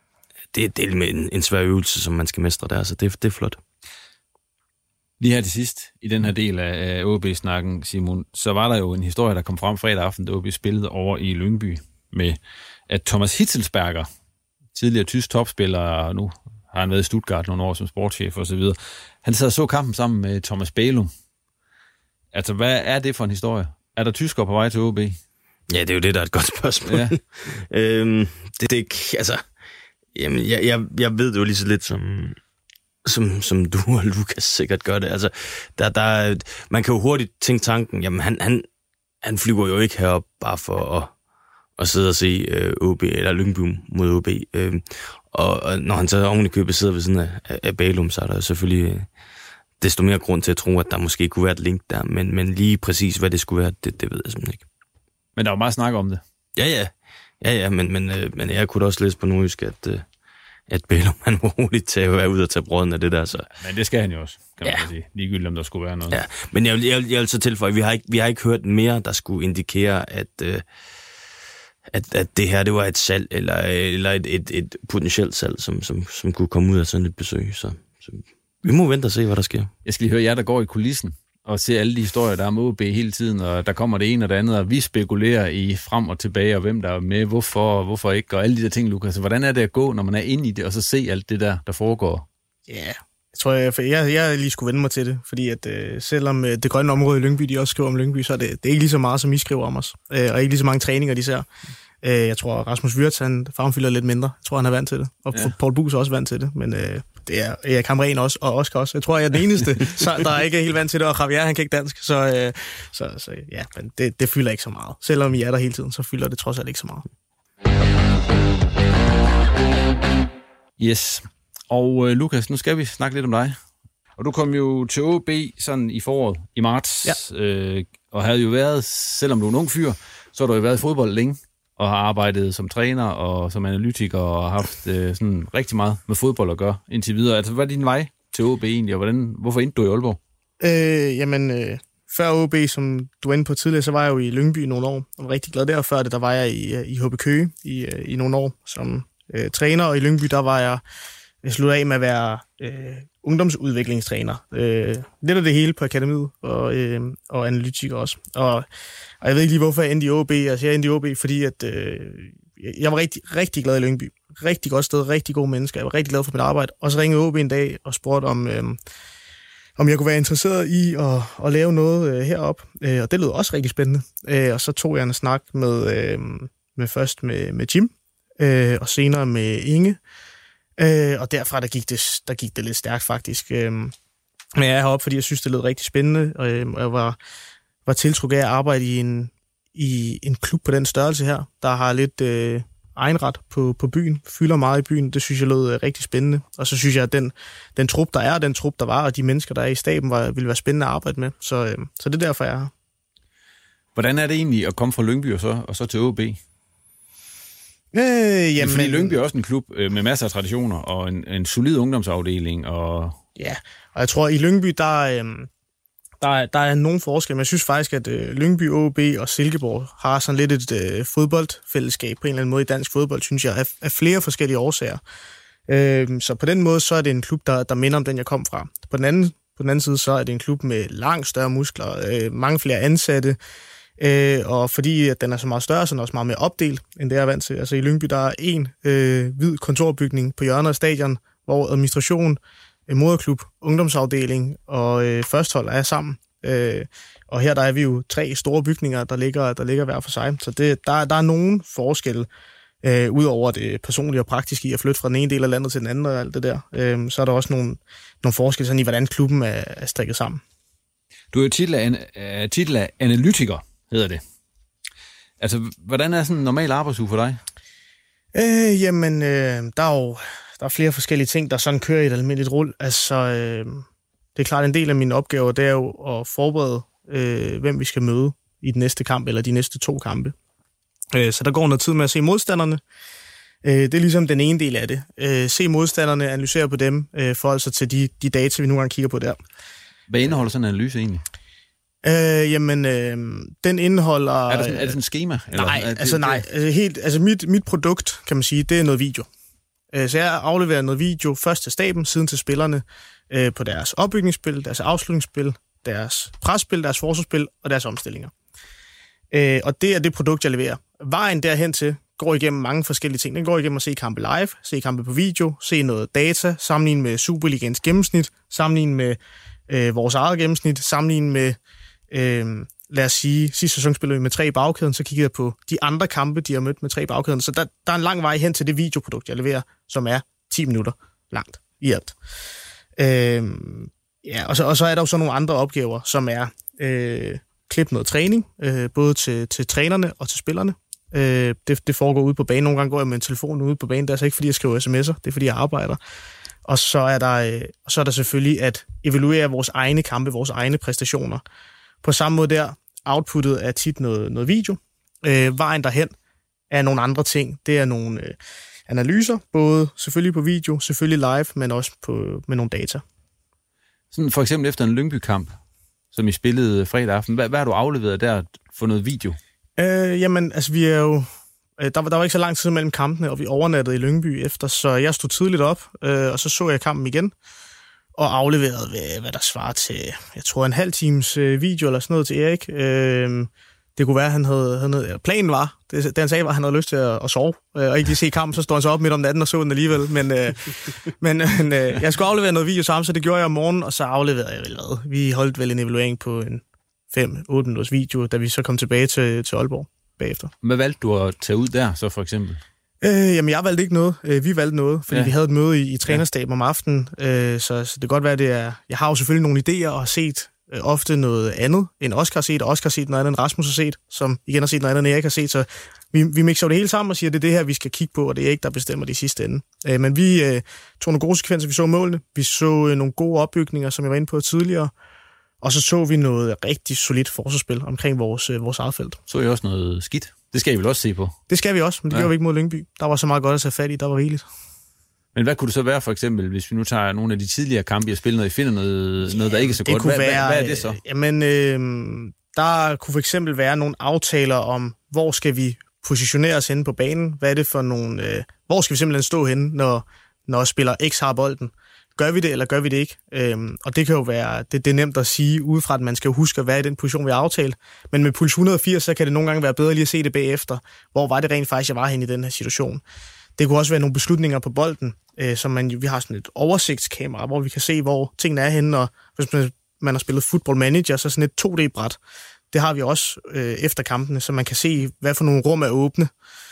del med en svær øvelse, som man skal mestre der, så det er flot. Lige her til sidst, i den her del af OB-snakken, Simon, så var der jo en historie, der kom frem fredag aften, da OB spillede over i Lyngby, med at Thomas Hitzelsberger, tidligere tysk topspiller, og nu har han været i Stuttgart nogle år som sportschef og så videre, han sad og så kampen sammen med Thomas Bælum. Altså, hvad er det for en historie? Er der tyskere på vej til OB? Ja, det er jo det, der er et godt spørgsmål. Ja. Det er ikke, altså... Jamen, jeg ved det jo lige så lidt, som du og Lukas sikkert gør det. Altså, man kan jo hurtigt tænke tanken, jamen han flyver jo ikke herop bare for at sidde og se OB eller Lyngby mod OB. Og når han så oven i købet sidder ved siden af Bælum, så er der selvfølgelig desto mere grund til at tro, at der måske kunne være et link der. Men lige præcis, hvad det skulle være, det ved jeg simpelthen ikke. Men der var meget snak om det. Ja, men jeg kunne da også læse på nordjysk, at Bælum han var hurtigt til at være ude og tage brøden af det der. Så. Men det skal han jo også, kan man sige. Ligegyldigt om der skulle være noget. Ja, men jeg vil så tilføje, vi har ikke hørt mere, der skulle indikere, at det her, det var et salg, eller et potentielt salg, som kunne komme ud af sådan et besøg. Så vi må vente og se, hvad der sker. Jeg skal lige høre jer, der går i kulissen og ser alle de historier, der er med OB hele tiden, og der kommer det ene og det andet, og vi spekulerer i frem og tilbage, og hvem der er med, hvorfor ikke, og alle de der ting, Lukas. Hvordan er det at gå, når man er inde i det, og så se alt det der foregår? Ja, jeg tror, jeg lige skulle vende mig til det, fordi at selvom det grønne område i Lyngby, de også skriver om Lyngby, så er det ikke lige så meget, som I skriver om os, og ikke lige så mange træninger, de ser. Jeg tror, Rasmus Wirtz, han farmfylder lidt mindre. Jeg tror, han er vant til det. Og Paul Buus er også vant til det. Men det er Erik Hamrén også, og Oscar også. Jeg tror, jeg er den eneste, der ikke er helt vant til det. Og Javier, han kan ikke dansk. Så ja, men det fylder ikke så meget. Selvom I er der hele tiden, så fylder det trods alt ikke så meget. Yes. Og Lukas, nu skal vi snakke lidt om dig. Og du kom jo til OB sådan i foråret, i marts. Ja. Og havde jo været, selvom du er en ung fyr, så har du jo været i fodbold længe. Og har arbejdet som træner og som analytiker og har haft sådan rigtig meget med fodbold at gøre indtil videre. Altså, hvad er din vej til OB egentlig, og hvorfor endte du i Aalborg? Før OB, som du var inde på tidligere, så var jeg jo i Lyngby i nogle år. Jeg var rigtig glad der. Før det, der var jeg i HB Køge i nogle år som træner, og i Lyngby, der var jeg sluttede af med at være ungdomsudviklingstræner. Lidt af det hele på akademiet og analytiker også. Og jeg ved ikke lige, hvorfor jeg endte i OB. Altså, jeg endte i OB, fordi at, jeg var rigtig, rigtig glad i Lyngby. Rigtig godt sted, rigtig gode mennesker. Jeg var rigtig glad for mit arbejde. Og så ringede OB en dag og spurgte, om jeg kunne være interesseret i at lave noget heroppe. Og det lød også rigtig spændende. Og så tog jeg en snak først med Jim, og senere med Inge. Og derfra der gik det lidt stærkt faktisk. Men jeg er heroppe, fordi jeg synes, det lød rigtig spændende, og jeg var tiltrukket af at arbejde i en klub på den størrelse her, der har lidt egenret på byen, fylder meget i byen. Det synes jeg lød rigtig spændende. Og så synes jeg, at den trup, der er, den trup, der var, og de mennesker, der er i staben, ville være spændende at arbejde med. Så det er derfor, jeg er her. Hvordan er det egentlig at komme fra Lyngby og så til OB? Jamen, fordi Lyngby er også en klub med masser af traditioner og en solid ungdomsafdeling. Ja, og jeg tror, i Lyngby, der er nogen forskel, men jeg synes faktisk, at Lyngby, OB og Silkeborg har sådan lidt et fodboldfællesskab på en eller anden måde i dansk fodbold, synes jeg, af flere forskellige årsager. Så på den måde, så er det en klub, der minder om den, jeg kom fra. På den anden side, så er det en klub med langt større muskler, mange flere ansatte, og fordi at den er så meget større, så er den også meget mere opdelt, end det jeg er vant til. Altså i Lyngby, der er en hvid kontorbygning på hjørnet af stadion, hvor administration, moderklub, ungdomsafdeling og førsthold er sammen. Og her der er vi jo 3 store bygninger, der ligger hver for sig. Så der er nogen forskel, ud over det personlige og praktiske i at flytte fra den ene del af landet til den anden og alt det der. Så er der også nogle forskelle sådan i, hvordan klubben er strikket sammen. Du er jo titel af analytiker, hedder det. Altså, hvordan er sådan en normal arbejdsuge for dig? Der er flere forskellige ting, der sådan kører i et almindeligt rul. Altså, det er klart, en del af mine opgaver, det er jo at forberede, hvem vi skal møde i den næste kamp, eller de næste 2 kampe. Så der går noget tid med at se modstanderne. Det er ligesom den ene del af det. Se modstanderne, analysere på dem, forholde sig til de data, vi nogle gange kigger på der. Hvad indeholder sådan en analyse egentlig? Den indeholder... Er det sådan et schema? Eller? Mit produkt, kan man sige, det er noget video. Så jeg afleverer noget video først til staben, siden til spillerne på deres opbygningsspil, deres afslutningsspil, deres presspil, deres forsvarsspil og deres omstillinger. Og det er det produkt, jeg leverer. Vejen derhen til går igennem mange forskellige ting. Den går igennem at se kampe live, se kampe på video, se noget data, sammenligne med Superligaens gennemsnit, sammenligne med vores eget gennemsnit, sammenligne med, lad os sige, sidste sæson spillede vi med 3 i bagkæden, så kiggede jeg på de andre kampe, de har mødt med 3 i bagkæden. Så der er en lang vej hen til det videoprodukt, jeg leverer, som er 10 minutter langt i alt. Og så er der jo så nogle andre opgaver, som er klippe noget træning, både til trænerne og til spillerne. Det foregår ude på banen. Nogle gange går jeg med en telefon ude på banen. Det er altså ikke, fordi jeg skriver sms'er, det er, fordi jeg arbejder. Og så er der selvfølgelig at evaluere vores egne kampe, vores egne præstationer. På samme måde der, outputtet er tit noget video. Vejen derhen er nogle andre ting. Det er nogle analyser, både selvfølgelig på video, selvfølgelig live, men også med nogle data. Sådan for eksempel efter en Lyngby-kamp, som I spillede fredag aften, hvad har du afleveret der for noget video? Jamen, altså vi er jo... Der var ikke så lang tid mellem kampene, og vi overnattede i Lyngby efter, så jeg stod tidligt op, og så jeg kampen igen, og afleverede, hvad der svarer til, jeg tror, en halv times video eller sådan noget til Erik. Det kunne være, at han havde planen var, det han sagde var, at han havde lyst til at sove, og ikke lige se kampen, så stod han så op midt om natten og så den alligevel. Men jeg skulle aflevere noget video sammen, så det gjorde jeg om morgenen, og så afleverede jeg vel hvad. Vi holdt vel en evaluering på en 5-8 minutters video, da vi så kom tilbage til Aalborg bagefter. Hvad valgte du at tage ud der så for eksempel? Jamen, jeg valgte ikke noget. Vi valgte noget, fordi vi havde et møde i trænerstaben om aftenen, så det kan godt være, det er... Jeg har jo selvfølgelig nogle idéer og har set ofte noget andet, end Oscar har set, og Oscar har set noget andet, end Rasmus har set, som igen har set noget andet, end Erik har set, så vi mixer det hele sammen og siger, at det er det her, vi skal kigge på, og det er ikke der bestemmer det i sidste ende. Men vi tog nogle gode sekvenser, vi så målene, vi så nogle gode opbygninger, som jeg var inde på tidligere, og så vi noget rigtig solidt forsvarsspil omkring vores eget felt. Så I også noget skidt? Det skal I vel også se på? Det skal vi også, men det gjorde vi ikke mod Lyngby. Der var så meget godt at tage fat i, der var rigeligt. Men hvad kunne det så være, for eksempel, hvis vi nu tager nogle af de tidligere kampe, jeg spiller, når I finder noget der ikke er så godt? Hvad er det så? Jamen, der kunne for eksempel være nogle aftaler om, hvor skal vi positionere os henne på banen? Hvad er det for nogle... hvor skal vi simpelthen stå henne, når spiller X har bolden? Gør vi det, eller gør vi det ikke? Og det kan jo være... Det er nemt at sige udefra, at man skal huske at være i den position, vi har aftalt. Men med puls 180, så kan det nogle gange være bedre lige at se det bagefter. Hvor var det rent faktisk, jeg var henne i den her situation? Det kunne også være nogle beslutninger på bolden, som vi har sådan et oversigtskamera, hvor vi kan se, hvor tingene er henne, og hvis man har spillet Football Manager, så sådan et 2D-bræt. Det har vi også efter kampene, så man kan se, hvad for nogle rum er åbne.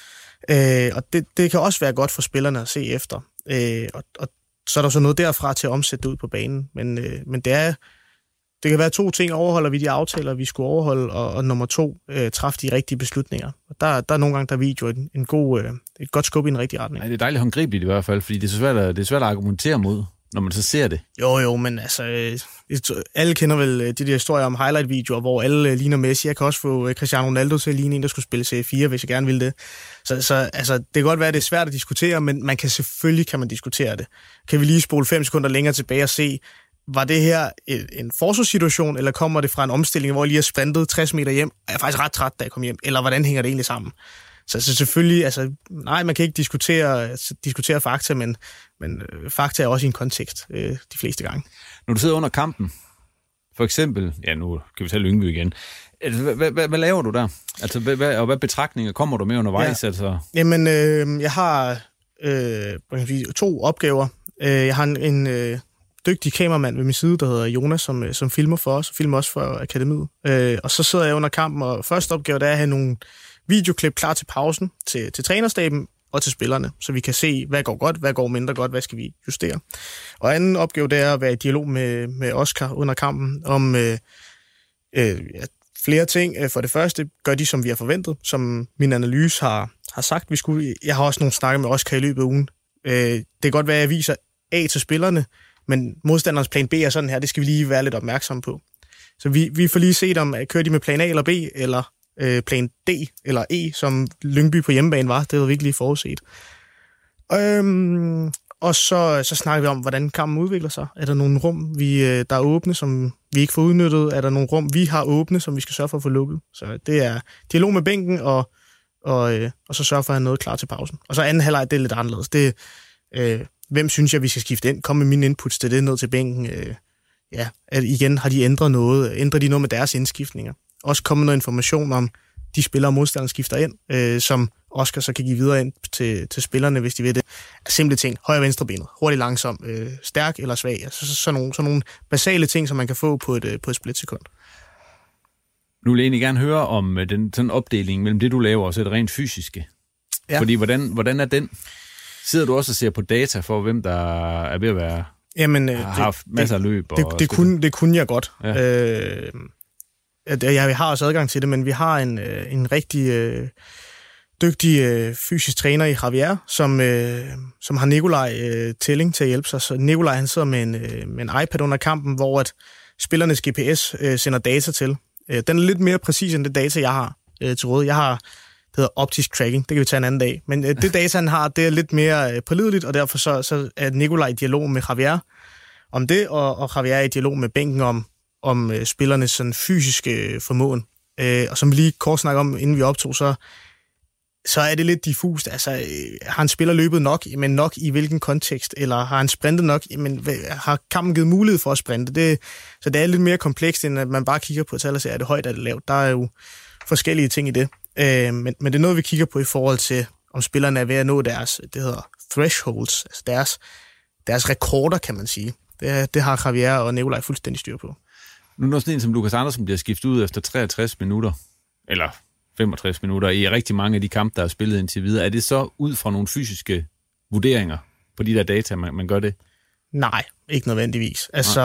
Og det kan også være godt for spillerne at se efter. Og så er der så noget derfra til at omsætte det ud på banen. Men det kan være 2 ting. Overholder vi de aftaler, vi skulle overholde, og nummer 2, træffe de rigtige beslutninger. Og der er nogle gange, der video et godt skub i en rigtig retning. Ja, det er dejligt håndgribeligt i hvert fald, fordi det er svært at argumentere mod, når man så ser det. Jo, men altså, alle kender vel de der historier om highlight-videoer, hvor alle ligner Messi. Jeg kan også få Cristiano Ronaldo til at ligne en, der skulle spille C4, hvis jeg gerne ville det. Så altså, det kan godt være, at det er svært at diskutere, men selvfølgelig kan man diskutere det. Kan vi lige spole 5 sekunder længere tilbage og se, var det her en forsvarssituation, eller kommer det fra en omstilling, hvor jeg lige har sprintet 60 meter hjem, og jeg er faktisk ret træt, da jeg kom hjem, eller hvordan hænger det egentlig sammen? Så selvfølgelig, altså, nej, man kan ikke diskutere fakta, men fakta er også i en kontekst de fleste gange. Når du sidder under kampen, for eksempel, ja, nu kan vi tage Lyngby igen, hvad laver du der? Altså, hvad betragtninger kommer du med undervejs? Ja. Altså? Jamen, jeg har 2 opgaver. Jeg har en dygtig kameramand ved min side, der hedder Jonas, som filmer for os, og filmer også for akademiet. Og så sidder jeg under kampen, og første opgave der er at have nogle videoklip klar til pausen, til trænerstaben og til spillerne, så vi kan se, hvad går godt, hvad går mindre godt, hvad skal vi justere. Og anden opgave, det er at være i dialog med Oscar under kampen om flere ting. For det første gør de, som vi har forventet, som min analyse har sagt, vi skulle. Jeg har også nogle snakke med Oscar i løbet af ugen. Det kan godt være, at jeg viser A til spillerne, men modstanderens plan B er sådan her, det skal vi lige være lidt opmærksomme på. Så vi får lige set, om kører de med plan A eller B, eller plan D eller E, som Lyngby på hjemmebane var. Det havde vi ikke lige forudset. Og så snakker vi om, hvordan kampen udvikler sig. Er der nogle rum, der er åbne, som vi ikke får udnyttet? Er der nogle rum, vi har åbne, som vi skal sørge for at få lukket? Så det er dialog med bænken, og så sørge for at have noget klar til pausen. Og så anden halvleg, det er lidt anderledes. Det hvem synes jeg, vi skal skifte ind? Kom med mine inputs til det ned til bænken. Igen, har de ændret noget? Ændrer de noget med deres indskiftninger? Også kommet noget information om de spillere og modstandere skifter ind, som Oscar så kan give videre ind til spillerne, hvis de vil det. Simple ting. Højre venstre benet. Hurtigt langsom. Stærk eller svag. Altså, sådan nogle basale ting, som man kan få på et splitsekund. Nu vil jeg egentlig gerne høre om sådan opdeling mellem det, du laver, og så det rent fysiske. Ja. Fordi hvordan er den? Sidder du også og ser på data for, hvem der er ved at være... Jamen, har haft masser af løb? Det kunne jeg godt. Ja. Jeg har også adgang til det, men vi har en rigtig dygtig fysisk træner i Javier, som har Nikolaj Telling til at hjælpe sig. Så Nikolaj, han sidder med en iPad under kampen, hvor at spillernes GPS sender data til. Den er lidt mere præcis end det data, jeg har til råd. Jeg har hedder optisk tracking. Det kan vi tage en anden dag. Men det data, han har, det er lidt mere pålideligt, og derfor så er Nikolaj i dialog med Javier om det, og Javier er i dialog med bænken om spillernes sådan fysiske formåen. Og som vi lige kort snakker om, inden vi optog, så er det lidt diffust. Altså, har en spiller løbet nok, men nok i hvilken kontekst? Eller har han sprintet nok, men har kampen givet mulighed for at sprinte? Så det er lidt mere komplekst, end at man bare kigger på tal og siger, er det højt, er det lavt? Der er jo forskellige ting i det. Men det er noget, vi kigger på i forhold til, om spillerne er ved at nå deres, det hedder thresholds, altså deres rekorder, kan man sige. Det har Javier og Nikolaj fuldstændig styr på. Nu er sådan en som Lukas Andersen bliver skiftet ud efter 63 minutter, eller 65 minutter, i rigtig mange af de kampe, der er spillet indtil videre. Er det så ud fra nogle fysiske vurderinger på de der data, man gør det? Nej, ikke nødvendigvis. Altså,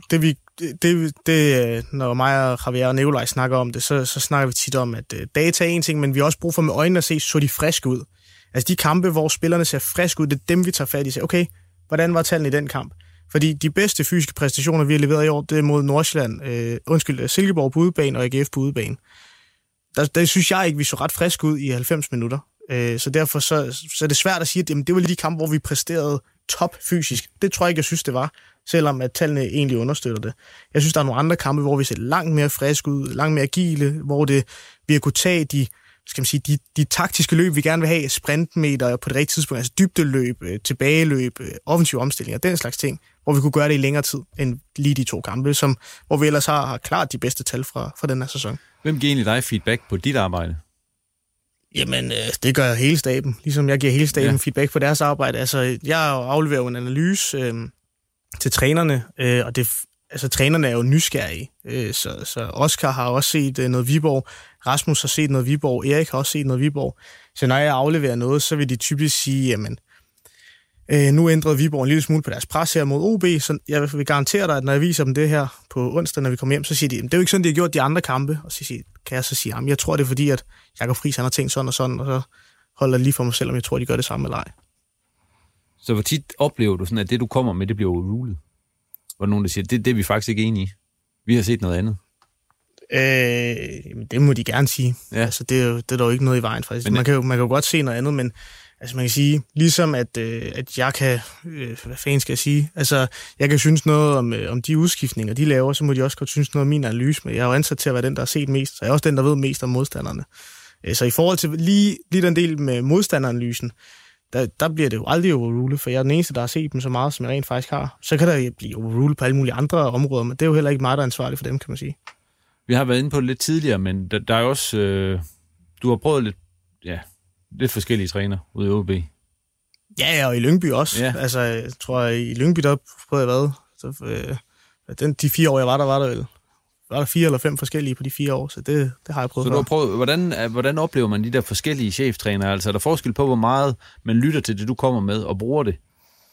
når mig og Javier og Nikolaj snakker om det, så snakker vi tit om, at data er en ting, men vi har også brug for med øjnene at se, så de friske ud. Altså de kampe, hvor spillerne ser friske ud, det er dem, vi tager fat i. Så, okay, hvordan var tallene i den kamp? Fordi de bedste fysiske præstationer, vi har leveret i år, det er mod Nordsjælland, Silkeborg på udebane og AGF på udebane. Der synes jeg ikke, vi så ret friske ud i 90 minutter. Så derfor så er det svært at sige, at jamen, det var lige de kampe, hvor vi præsterede top fysisk. Det tror jeg ikke, jeg synes, det var, selvom at tallene egentlig understøtter det. Jeg synes, der er nogle andre kampe, hvor vi ser langt mere friske ud, langt mere agile, hvor vi har kunne tage de taktiske løb, vi gerne vil have, sprintmeter på det rigtige tidspunkt, altså dybdeløb, tilbageløb, offensiv omstillinger, den slags ting, hvor vi kunne gøre det i længere tid end lige de 2 kampe, hvor vi ellers har klart de bedste tal fra den her sæson. Hvem giver egentlig dig feedback på dit arbejde? Jamen, det gør hele staben. Ligesom jeg giver hele staben feedback på deres arbejde. Altså, jeg afleverer jo en analyse til trænerne, og trænerne er jo nysgerrige. Så Oscar har også set noget Viborg, Rasmus har set noget Viborg, Erik har også set noget Viborg. Så når jeg afleverer noget, så vil de typisk sige, jamen, nu ændrede Viborg en lille smule på deres pres her mod OB, så jeg vil garantere dig, at når jeg viser dem det her på onsdag, når vi kommer hjem, så siger de, det er jo ikke sådan, de har gjort de andre kampe. Og så kan jeg så sige, jeg tror, det er fordi, at Jakob Friis han har tænkt sådan og sådan, og så holder det lige for mig selv, om jeg tror, de gør det samme eller ej. Så hvor tit oplever du sådan, at det, du kommer med, det bliver overrulet? Hvor nogen, der siger, det er vi faktisk ikke enige i. Vi har set noget andet. Det må de gerne sige. Ja. Altså, det er der jo ikke noget i vejen, faktisk. Man kan jo godt se noget andet, men altså man kan sige, ligesom at jeg kan, hvad fanden skal jeg sige, altså jeg kan synes noget om de udskiftninger, de laver, så må de også godt synes noget om min analyse, men jeg er jo ansat til at være den, der har set mest, så jeg er også den, der ved mest om modstanderne. Så i forhold til lige den del med modstanderanalysen, der bliver det jo aldrig overrulet, for jeg er den eneste, der har set dem så meget, som jeg rent faktisk har. Så kan der blive overrulet på alle mulige andre områder, men det er jo heller ikke mig, der er ansvarlig for dem, kan man sige. Vi har været inde på det lidt tidligere, men der er også, du har prøvet lidt forskellige træner ude i OB. Ja, og i Lyngby også. Ja. Altså, jeg tror, i Lyngby, der prøvede jeg de 4 år, jeg var der vel. Var der 4 eller 5 forskellige på de 4 år, så det har jeg prøvet. Så du har prøvet, hvordan oplever man de der forskellige cheftrænere? Altså, er der forskel på, hvor meget man lytter til det, du kommer med, og bruger det?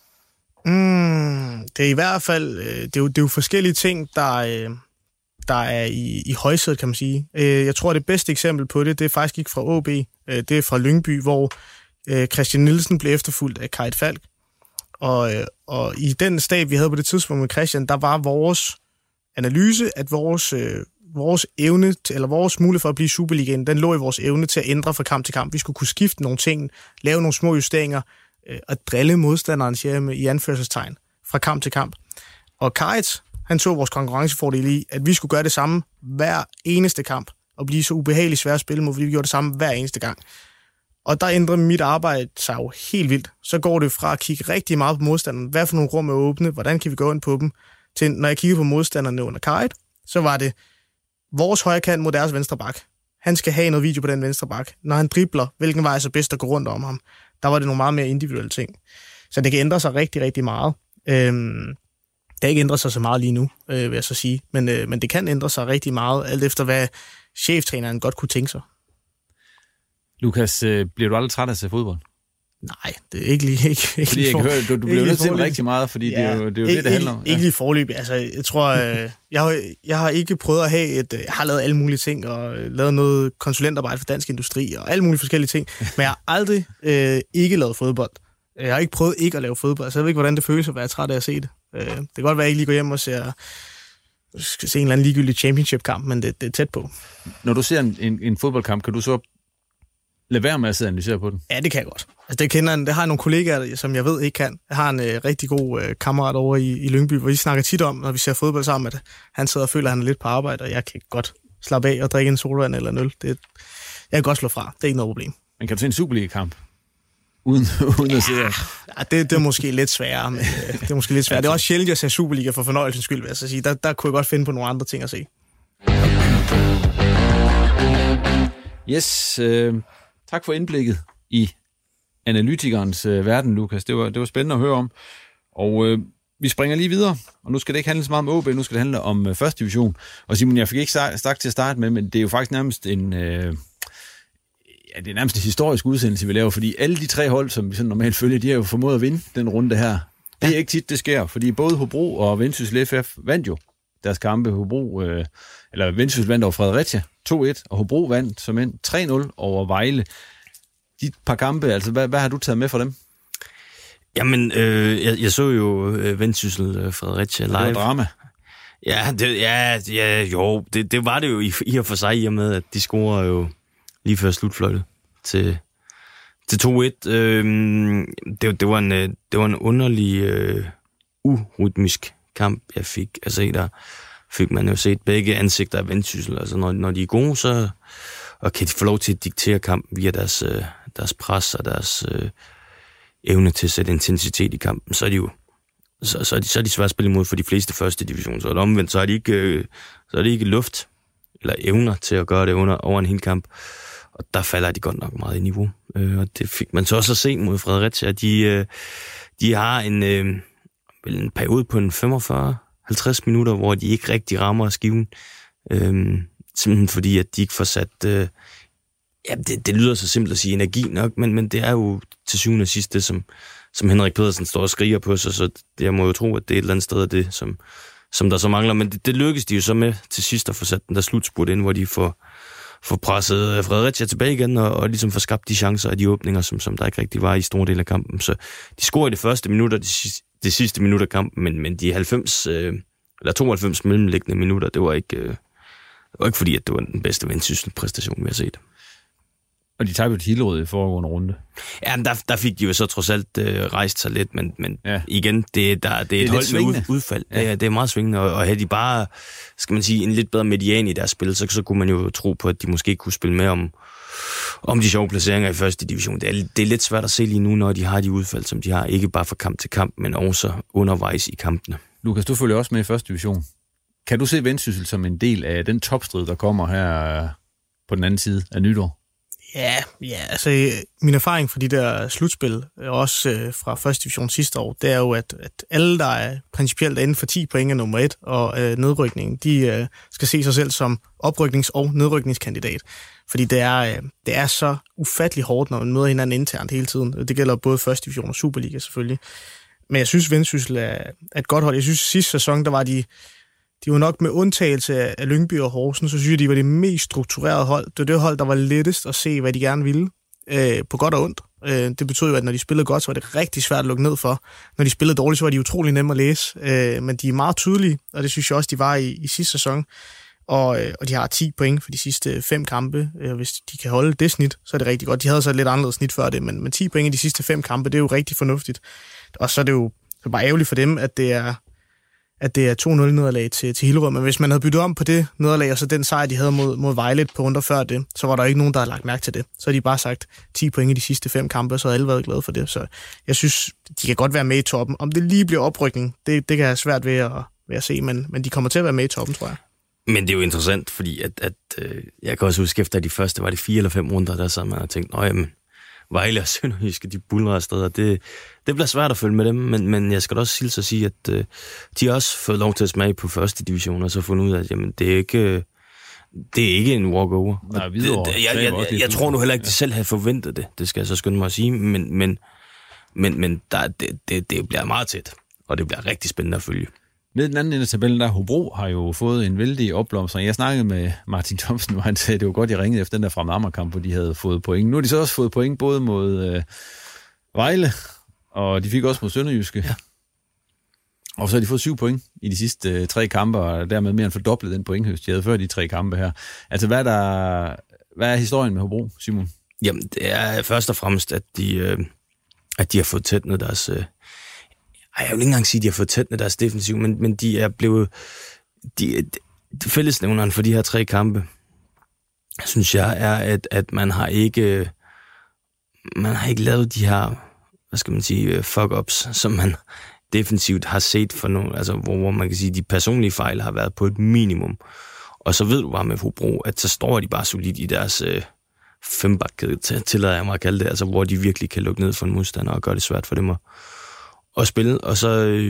Det er i hvert fald, det er jo forskellige ting, der er i højsædet, kan man sige. Jeg tror, det bedste eksempel på det er faktisk ikke fra OB, det er fra Lyngby, hvor Christian Nielsen blev efterfulgt af Kajt Falk. Og i den stab, vi havde på det tidspunkt med Christian, der var vores analyse, at vores evne, eller vores mulighed for at blive Superligaen, den lå i vores evne til at ændre fra kamp til kamp. Vi skulle kunne skifte nogle ting, lave nogle små justeringer, og drille modstanderen, siger i anførselstegn, fra kamp til kamp. Og Kajt, han så vores konkurrencefordel i, at vi skulle gøre det samme hver eneste kamp, og blive så ubehageligt svært at spille mod, fordi vi gjorde det samme hver eneste gang. Og der ændrer mit arbejde sig jo helt vildt. Så går det fra at kigge rigtig meget på modstanderen, hvad for nogle rum er åbne, hvordan kan vi gå ind på dem, til når jeg kiggede på modstanderne under Kajt, så var det vores højre kant mod deres venstre bak. Han skal have noget video på den venstre bak. Når han dribler, hvilken vej er så bedst at gå rundt om ham, der var det nogle meget mere individuelle ting. Så det kan ændre sig rigtig, rigtig meget. Det har ikke ændret sig så meget lige nu, vil jeg så sige. Men det kan ændre sig rigtig meget, alt efter hvad cheftræneren godt kunne tænke sig. Lukas, bliver du aldrig træt af at se fodbold? Nej, det er ikke lige... Fordi jeg kan høre, du bliver nødt til rigtig meget, fordi det er jo det handler om. Ikke lige forløb. Altså, jeg tror, jeg har ikke prøvet at have jeg har lavet alle mulige ting, og lavet noget konsulentarbejde for Dansk Industri, og alle mulige forskellige ting, men jeg har aldrig ikke lavet fodbold. Jeg har ikke prøvet ikke at lave fodbold, så jeg ved ikke, hvordan det føles at være træt af at se det. Det kan godt være, at jeg ikke lige går hjem og se en eller anden ligegyldig championship-kamp, men det er tæt på. Når du ser en fodboldkamp, kan du så lade være med at sidde og analysere på den? Ja, det kan jeg godt. Altså, det har jeg nogle kollegaer, som jeg ved ikke kan. Jeg har en rigtig god kammerat over i Lyngby, hvor vi snakker tit om, når vi ser fodbold sammen, at han sidder og føler, at han er lidt på arbejde, og jeg kan godt slappe af og drikke en solvand eller en øl. Jeg kan godt slå fra. Det er ikke noget problem. Men kan du se en Superliga-kamp? Uden at sidde Ja, det er måske lidt sværere. Men, det er måske lidt sværere. Det er også sjældent, at jeg ser Superliga for fornøjelsens skyld, vil jeg så sige. Der kunne jeg godt finde på nogle andre ting at se. Yes, tak for indblikket i analytikernes verden, Lukas. Det var spændende at høre om. Og vi springer lige videre, og nu skal det ikke handle så meget om OB, nu skal det handle om første division. Og Simon, jeg fik ikke sagt til at starte med, men det er jo faktisk nærmest en historisk udsendelse, vi laver, fordi alle de 3 hold, som vi sådan normalt følger, de har jo formået at vinde den runde her. Det er ikke tit, det sker, fordi både Hobro og Vendsyssel FF vandt jo deres kampe. Vendsyssel vandt over Fredericia 2-1, og Hobro vandt som en 3-0 over Vejle. De par kampe, altså hvad har du taget med for dem? Jamen, jeg så jo Vendsyssel Fredericia live. Det var drama. Det var det jo i og for sig, i og med, at de scorer jo lige før slutfløjtet til 2-1. Det var en underlig, urytmisk kamp, jeg fik. Altså, der fik man jo set begge ansigter af Vendsyssel. Altså, når de er gode, så og kan de få lov til at diktere kampen via deres pres og deres evne til at sætte intensitet i kampen, så er de jo så er de svært at spille imod for de fleste første division. Så er det omvendt, så er de ikke luft eller evner til at gøre det over en hel kamp. Og der falder de godt nok meget i niveau. Og det fik man så også at se mod Fredericia. De har en periode på en 45-50 minutter, hvor de ikke rigtig rammer skiven. Simpelthen fordi, at de ikke får sat... det lyder så simpelt at sige energi nok, men det er jo til syvende og sidst det, som Henrik Pedersen står og skriger på sig, så jeg må jo tro, at det er et eller andet sted af det, som der så mangler. Men det lykkes de jo så med til sidst at få sat den der slutspurt ind, hvor de får presset Fredericia tilbage igen, og ligesom får skabt de chancer og de åbninger, som der ikke rigtig var i store del af kampen. Så de scorer i det første minut og det sidste minut af kampen, men de 92 mellemliggende minutter, det var ikke fordi, at det var den bedste Vendsyssel-præstation, vi har set. Og de tabte jo til Hillerød i foregående runde. Ja, men der fik de jo så trods alt rejst sig lidt, men igen, det er et hold med udfald. Ja. Det er meget svingende, og havde de bare, skal man sige, en lidt bedre median i deres spil, så kunne man jo tro på, at de måske kunne spille med om de sjove placeringer i første division. Det er lidt svært at se lige nu, når de har de udfald, som de har, ikke bare fra kamp til kamp, men også undervejs i kampene. Lukas, du følger også med i første division. Kan du se Vendsyssel som en del af den topstrid, der kommer her på den anden side af nytår? Ja, altså min erfaring fra de der slutspil, også fra første division sidste år, det er jo, at alle, der er principielt inden for 10 point er nummer 1, og nedrykningen, de skal se sig selv som opryknings- og nedrykningskandidat. Fordi det er så ufattelig hårdt, når man møder hinanden internt hele tiden. Det gælder både første division og Superliga selvfølgelig. Men jeg synes, Vendsyssel er et godt hold. Jeg synes, sidste sæson, der var de var nok med undtagelse af Lyngby og Horsens, så synes jeg, de var det mest strukturerede hold. Det var det hold, der var lettest at se, hvad de gerne ville, på godt og ondt. Det betød jo, at når de spillede godt, så var det rigtig svært at lukke ned for. Når de spillede dårligt, så var de utrolig nemme at læse. Men de er meget tydelige, og det synes jeg også, de var i sidste sæson. Og de har 10 point for de sidste 5 kampe. Hvis de kan holde det snit, så er det rigtig godt. De havde så et lidt anderledes snit før det, men 10 point i de sidste 5 kampe, det er jo rigtig fornuftigt. Og så er det jo bare ærgerligt for dem, at det er 2-0 nederlag til Hillerød, men hvis man havde byttet om på det nederlag, og så den sejr, de havde mod Vejle på runder før det, så var der ikke nogen, der havde lagt mærke til det. Så har de bare sagt 10 point i de sidste 5 kampe, så havde alle været glade for det. Så jeg synes, de kan godt være med i toppen. Om det lige bliver oprykning, det kan jeg have svært ved at se, men de kommer til at være med i toppen, tror jeg. Men det er jo interessant, fordi at jeg kan også huske, efter de første, var det 4 eller 5 runder, der så man har tænkt, jamen, Vejle og Sønderjyske, de buldrer afsted, det bliver svært at følge med dem, men jeg skal da også hilse at sige, at de har også fået lov til at smage på første division, og så fundet ud af, at jamen, det er ikke en walkover. Nej, jeg tror nu heller ikke, de selv havde forventet det. Det skal jeg så skynde mig at sige, men det bliver meget tæt, og det bliver rigtig spændende at følge. Nede i den anden ende af tabellen, der Hobro har jo fået en vældig opblomstring. Jeg snakkede med Martin Thomsen, og han sagde, at det var godt, jeg ringede efter den der fra Amagerkamp, hvor de havde fået point. Nu har de så også fået point både mod Vejle, og de fik også mod Sønderjyske. Ja. Og så har de fået 7 point i de sidste 3 kampe, og dermed mere end fordoblet den pointhøst, de havde før de 3 kampe her. Altså, hvad er historien med Hobro, Simon? Jamen, det er først og fremmest, at de har fået tætnet deres... jeg vil ikke engang sige, at de har fået tætnet deres defensiv, men de er blevet... Fællesnævneren for de her 3 kampe, synes jeg, er, at man har ikke lavet de her, hvad skal man sige, fuck-ups, som man defensivt har set for nogle, altså hvor man kan sige, de personlige fejl har været på et minimum. Og så ved du bare med Hobro, at så står de bare solidt i deres fembakkæde, tillader jeg mig at kalde det, altså hvor de virkelig kan lukke ned for en modstander og gøre det svært for dem at spille. Og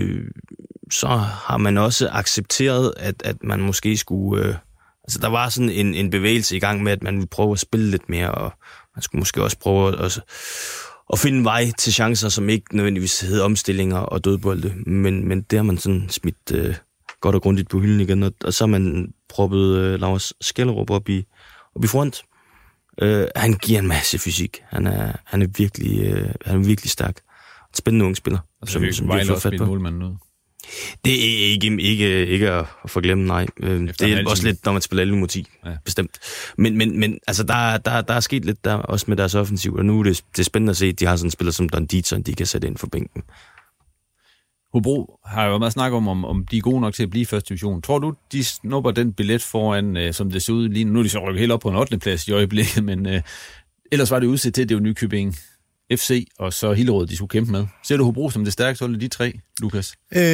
så har man også accepteret, at man måske skulle... altså der var sådan en bevægelse i gang med, at man ville prøve at spille lidt mere, og man skulle måske også prøve at finde vej til chancer, som ikke nødvendigvis hed omstillinger og dødbolde, men det har man sådan smidt godt og grundigt på hylden igen, og så har man proppet Lars Skellerup op i front. Han giver en masse fysik. Han er virkelig stærk. En spændende ung spiller. Som Vejle også spiller målmanden ud. Det er ikke at forglemme, nej. Det er også lidt, når man spiller 11 mod 10, bestemt. Men altså, der er sket lidt der, også med deres offensiv, og nu er det spændende at se, at de har sådan en spiller som Don Dietzson, de kan sætte ind for bænken. Hobro har jo meget snak om de er gode nok til at blive første division. Tror du, de snupper den billet foran, som det ser ud lige nu? Nu er de så rykket helt op på en 8. plads i øjeblikket, men ellers var det udsat til, at det var Nykøbing FC og så Hillerød, de skulle kæmpe med. Ser du Hobro som det stærkeste hold af de 3, Lukas?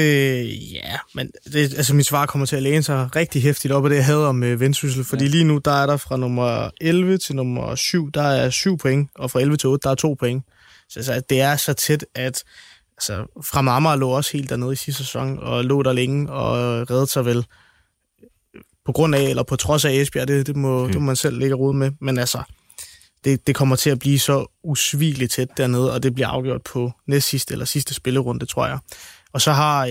Ja, men mit svar kommer til at læne sig rigtig hæftigt op af det, jeg havde om Vendsyssel, fordi lige nu, der er der fra nummer 11 til nummer 7, der er 7 point, og fra 11 til 8, der er 2 point. Så altså, det er så tæt, at altså, Fremad Amager lå også helt dernede i sidste sæson, og lå der længe, og reddede sig vel på grund af, eller på trods af Esbjerg, det må man selv lægge rod med, men altså, det kommer til at blive så usvigeligt tæt dernede, og det bliver afgjort på næstsidste eller sidste spillerunde, tror jeg. Og så har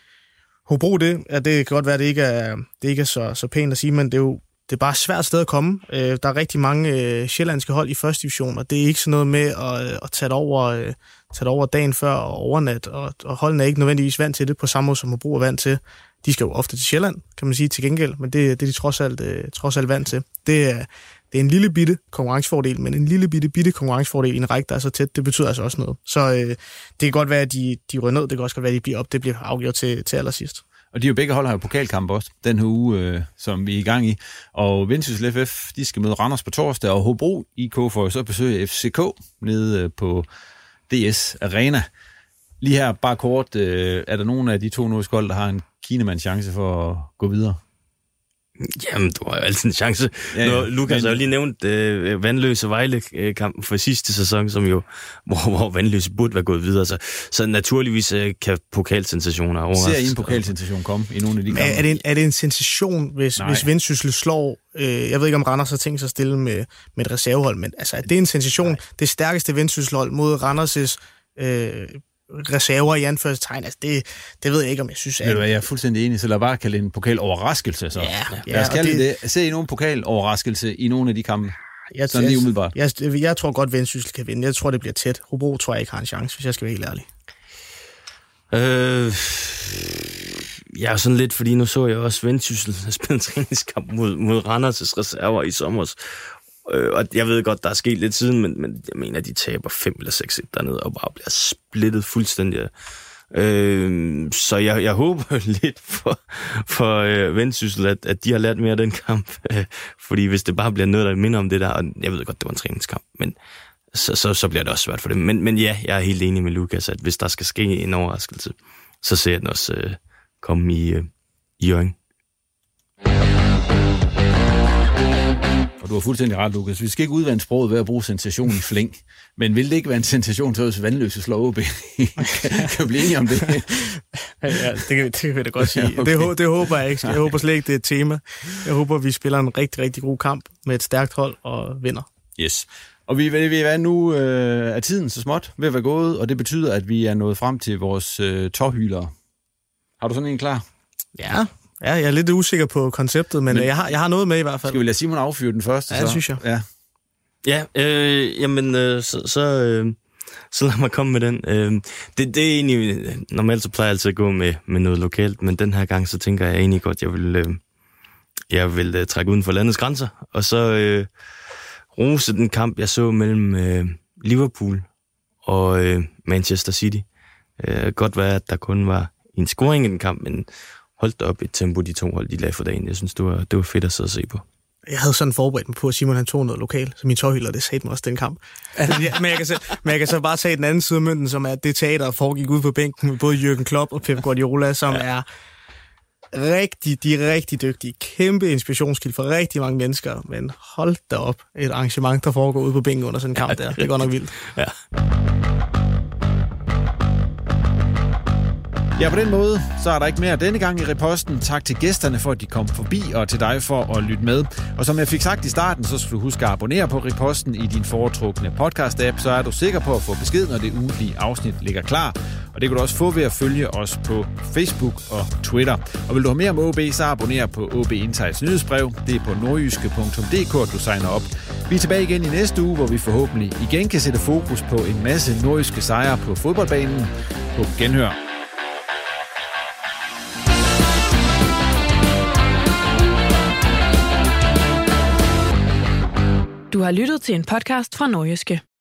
Hobro det kan godt være, at det ikke er så pænt at sige, men det er bare et svært sted at komme. Der er rigtig mange sjællandske hold i første division, og det er ikke sådan noget med at tage det over dagen før og overnat, og holdene er ikke nødvendigvis vant til det på samme måde, som Hobro er vant til. De skal jo ofte til Sjælland, kan man sige, til gengæld, men det er de trods alt vant til. Det er en lille bitte konkurrencefordel, men en lille bitte konkurrencefordel i en række, der er så tæt, det betyder altså også noget. Så det kan godt være, at de ryger ned, det kan også godt være, at de bliver op, det bliver afgjort til allersidst. Og de jo begge hold har jo pokalkamp også, den her uge, som vi er i gang i. Og Vendsyssel FF, de skal møde Randers på torsdag, og Hobro IK får så besøge FCK nede på DS Arena. Lige her, bare kort, er der nogen af de 2 nordiske hold, der har en Kinemann chance for at gå videre? Jamen, du har jo altid en chance. Ja. Lukas har jo lige nævnt Vandløse Vejle-kampen for sidste sæson, som jo, hvor Vandløse burde være gået videre. Så naturligvis kan pokalsensationer overraske. Ser I en pokalsensation komme i nogle af de kampe? Er det en sensation, hvis Vendsyssel slår... jeg ved ikke, om Randers har tænkt sig at stille med et reservehold, men altså, er det en sensation? Nej. Det stærkeste Vendsysselhold mod Randers' reserver i anførselstegn, altså det ved jeg ikke, om jeg synes... Jeg er fuldstændig enig, så lad bare kalde en pokal-overraskelse. Så. Lad os kalde det. Ser I nogen pokal-overraskelse i nogle af de kampe? Sådan lige umiddelbart. Jeg tror godt, Vendsyssel kan vinde. Jeg tror, det bliver tæt. Hobro tror jeg ikke har en chance, hvis jeg skal være helt ærlig. Jeg er sådan lidt, fordi nu så jeg også Vendsyssel spille en træningskamp mod Randers' reserver i sommer. Og jeg ved godt, der er sket lidt siden, men jeg mener, de taber 5 eller 6 dernede, og bare bliver splittet fuldstændig. Så jeg håber lidt for Vendsyssel, at de har lært mere af den kamp. Fordi hvis det bare bliver noget, der minder om det der, og jeg ved godt, det var en træningskamp, men så bliver det også svært for dem. Men ja, jeg er helt enig med Lukas, at hvis der skal ske en overraskelse, så ser jeg den også komme i Hjørring. Og du har fuldstændig ret, Lukas. Vi skal ikke udvande sproget ved at bruge sensation i flæng. Men vil det ikke være en sensation, så Vandløse slår OB? Kan vi blive enige om det? Ja, det kan vi da godt sige. Okay. Det håber jeg ikke. Jeg håber slet ikke, det er et tema. Jeg håber, vi spiller en rigtig, rigtig god kamp med et stærkt hold og vinder. Yes. Og vi er nu er tiden så småt ved at være gået, og det betyder, at vi er nået frem til vores tårhylere. Har du sådan en klar? Ja. Ja, jeg er lidt usikker på konceptet, men jeg har noget med i hvert fald. Skal vi lade Simon affyre den første? Ja, det synes jeg. Så lad mig komme med den. Det er egentlig, normalt så plejer jeg altid at gå med noget lokalt, men den her gang, så tænker jeg egentlig godt, jeg vil trække uden for landets grænser, og så rose den kamp, jeg så mellem Liverpool og Manchester City. Godt være, at der kun var en scoring i den kamp, men holdt op et tempo, de to hold, de lagde for dagen. Jeg synes, det var fedt at sidde og se på. Jeg havde sådan forberedt mig på, at Simon han tog noget lokal, så min tårhylder, det sagde mig også den kamp. Men jeg kan så bare tage den anden side af mønten, som er det teater, der foregik ud på bænken med både Jürgen Klopp og Pep Guardiola, som er rigtig dygtige. Kæmpe inspirationskilde for rigtig mange mennesker, men hold da op, et arrangement, der foregår ude på bænken under sådan en kamp der. Det går nok vildt. Ja. Ja, på den måde, så er der ikke mere denne gang i Riposten. Tak til gæsterne for, at de kom forbi, og til dig for at lytte med. Og som jeg fik sagt i starten, så skal du huske at abonnere på Riposten i din foretrukne podcast-app, så er du sikker på at få besked, når det ugentlige afsnit ligger klar. Og det kan du også få ved at følge os på Facebook og Twitter. Og vil du have mere om OB, så abonner på OB Insights nyhedsbrev. Det er på nordjyske.dk, du signer op. Vi er tilbage igen i næste uge, hvor vi forhåbentlig igen kan sætte fokus på en masse nordjyske sejre på fodboldbanen. På genhør. Du har lyttet til en podcast fra Nordjyske.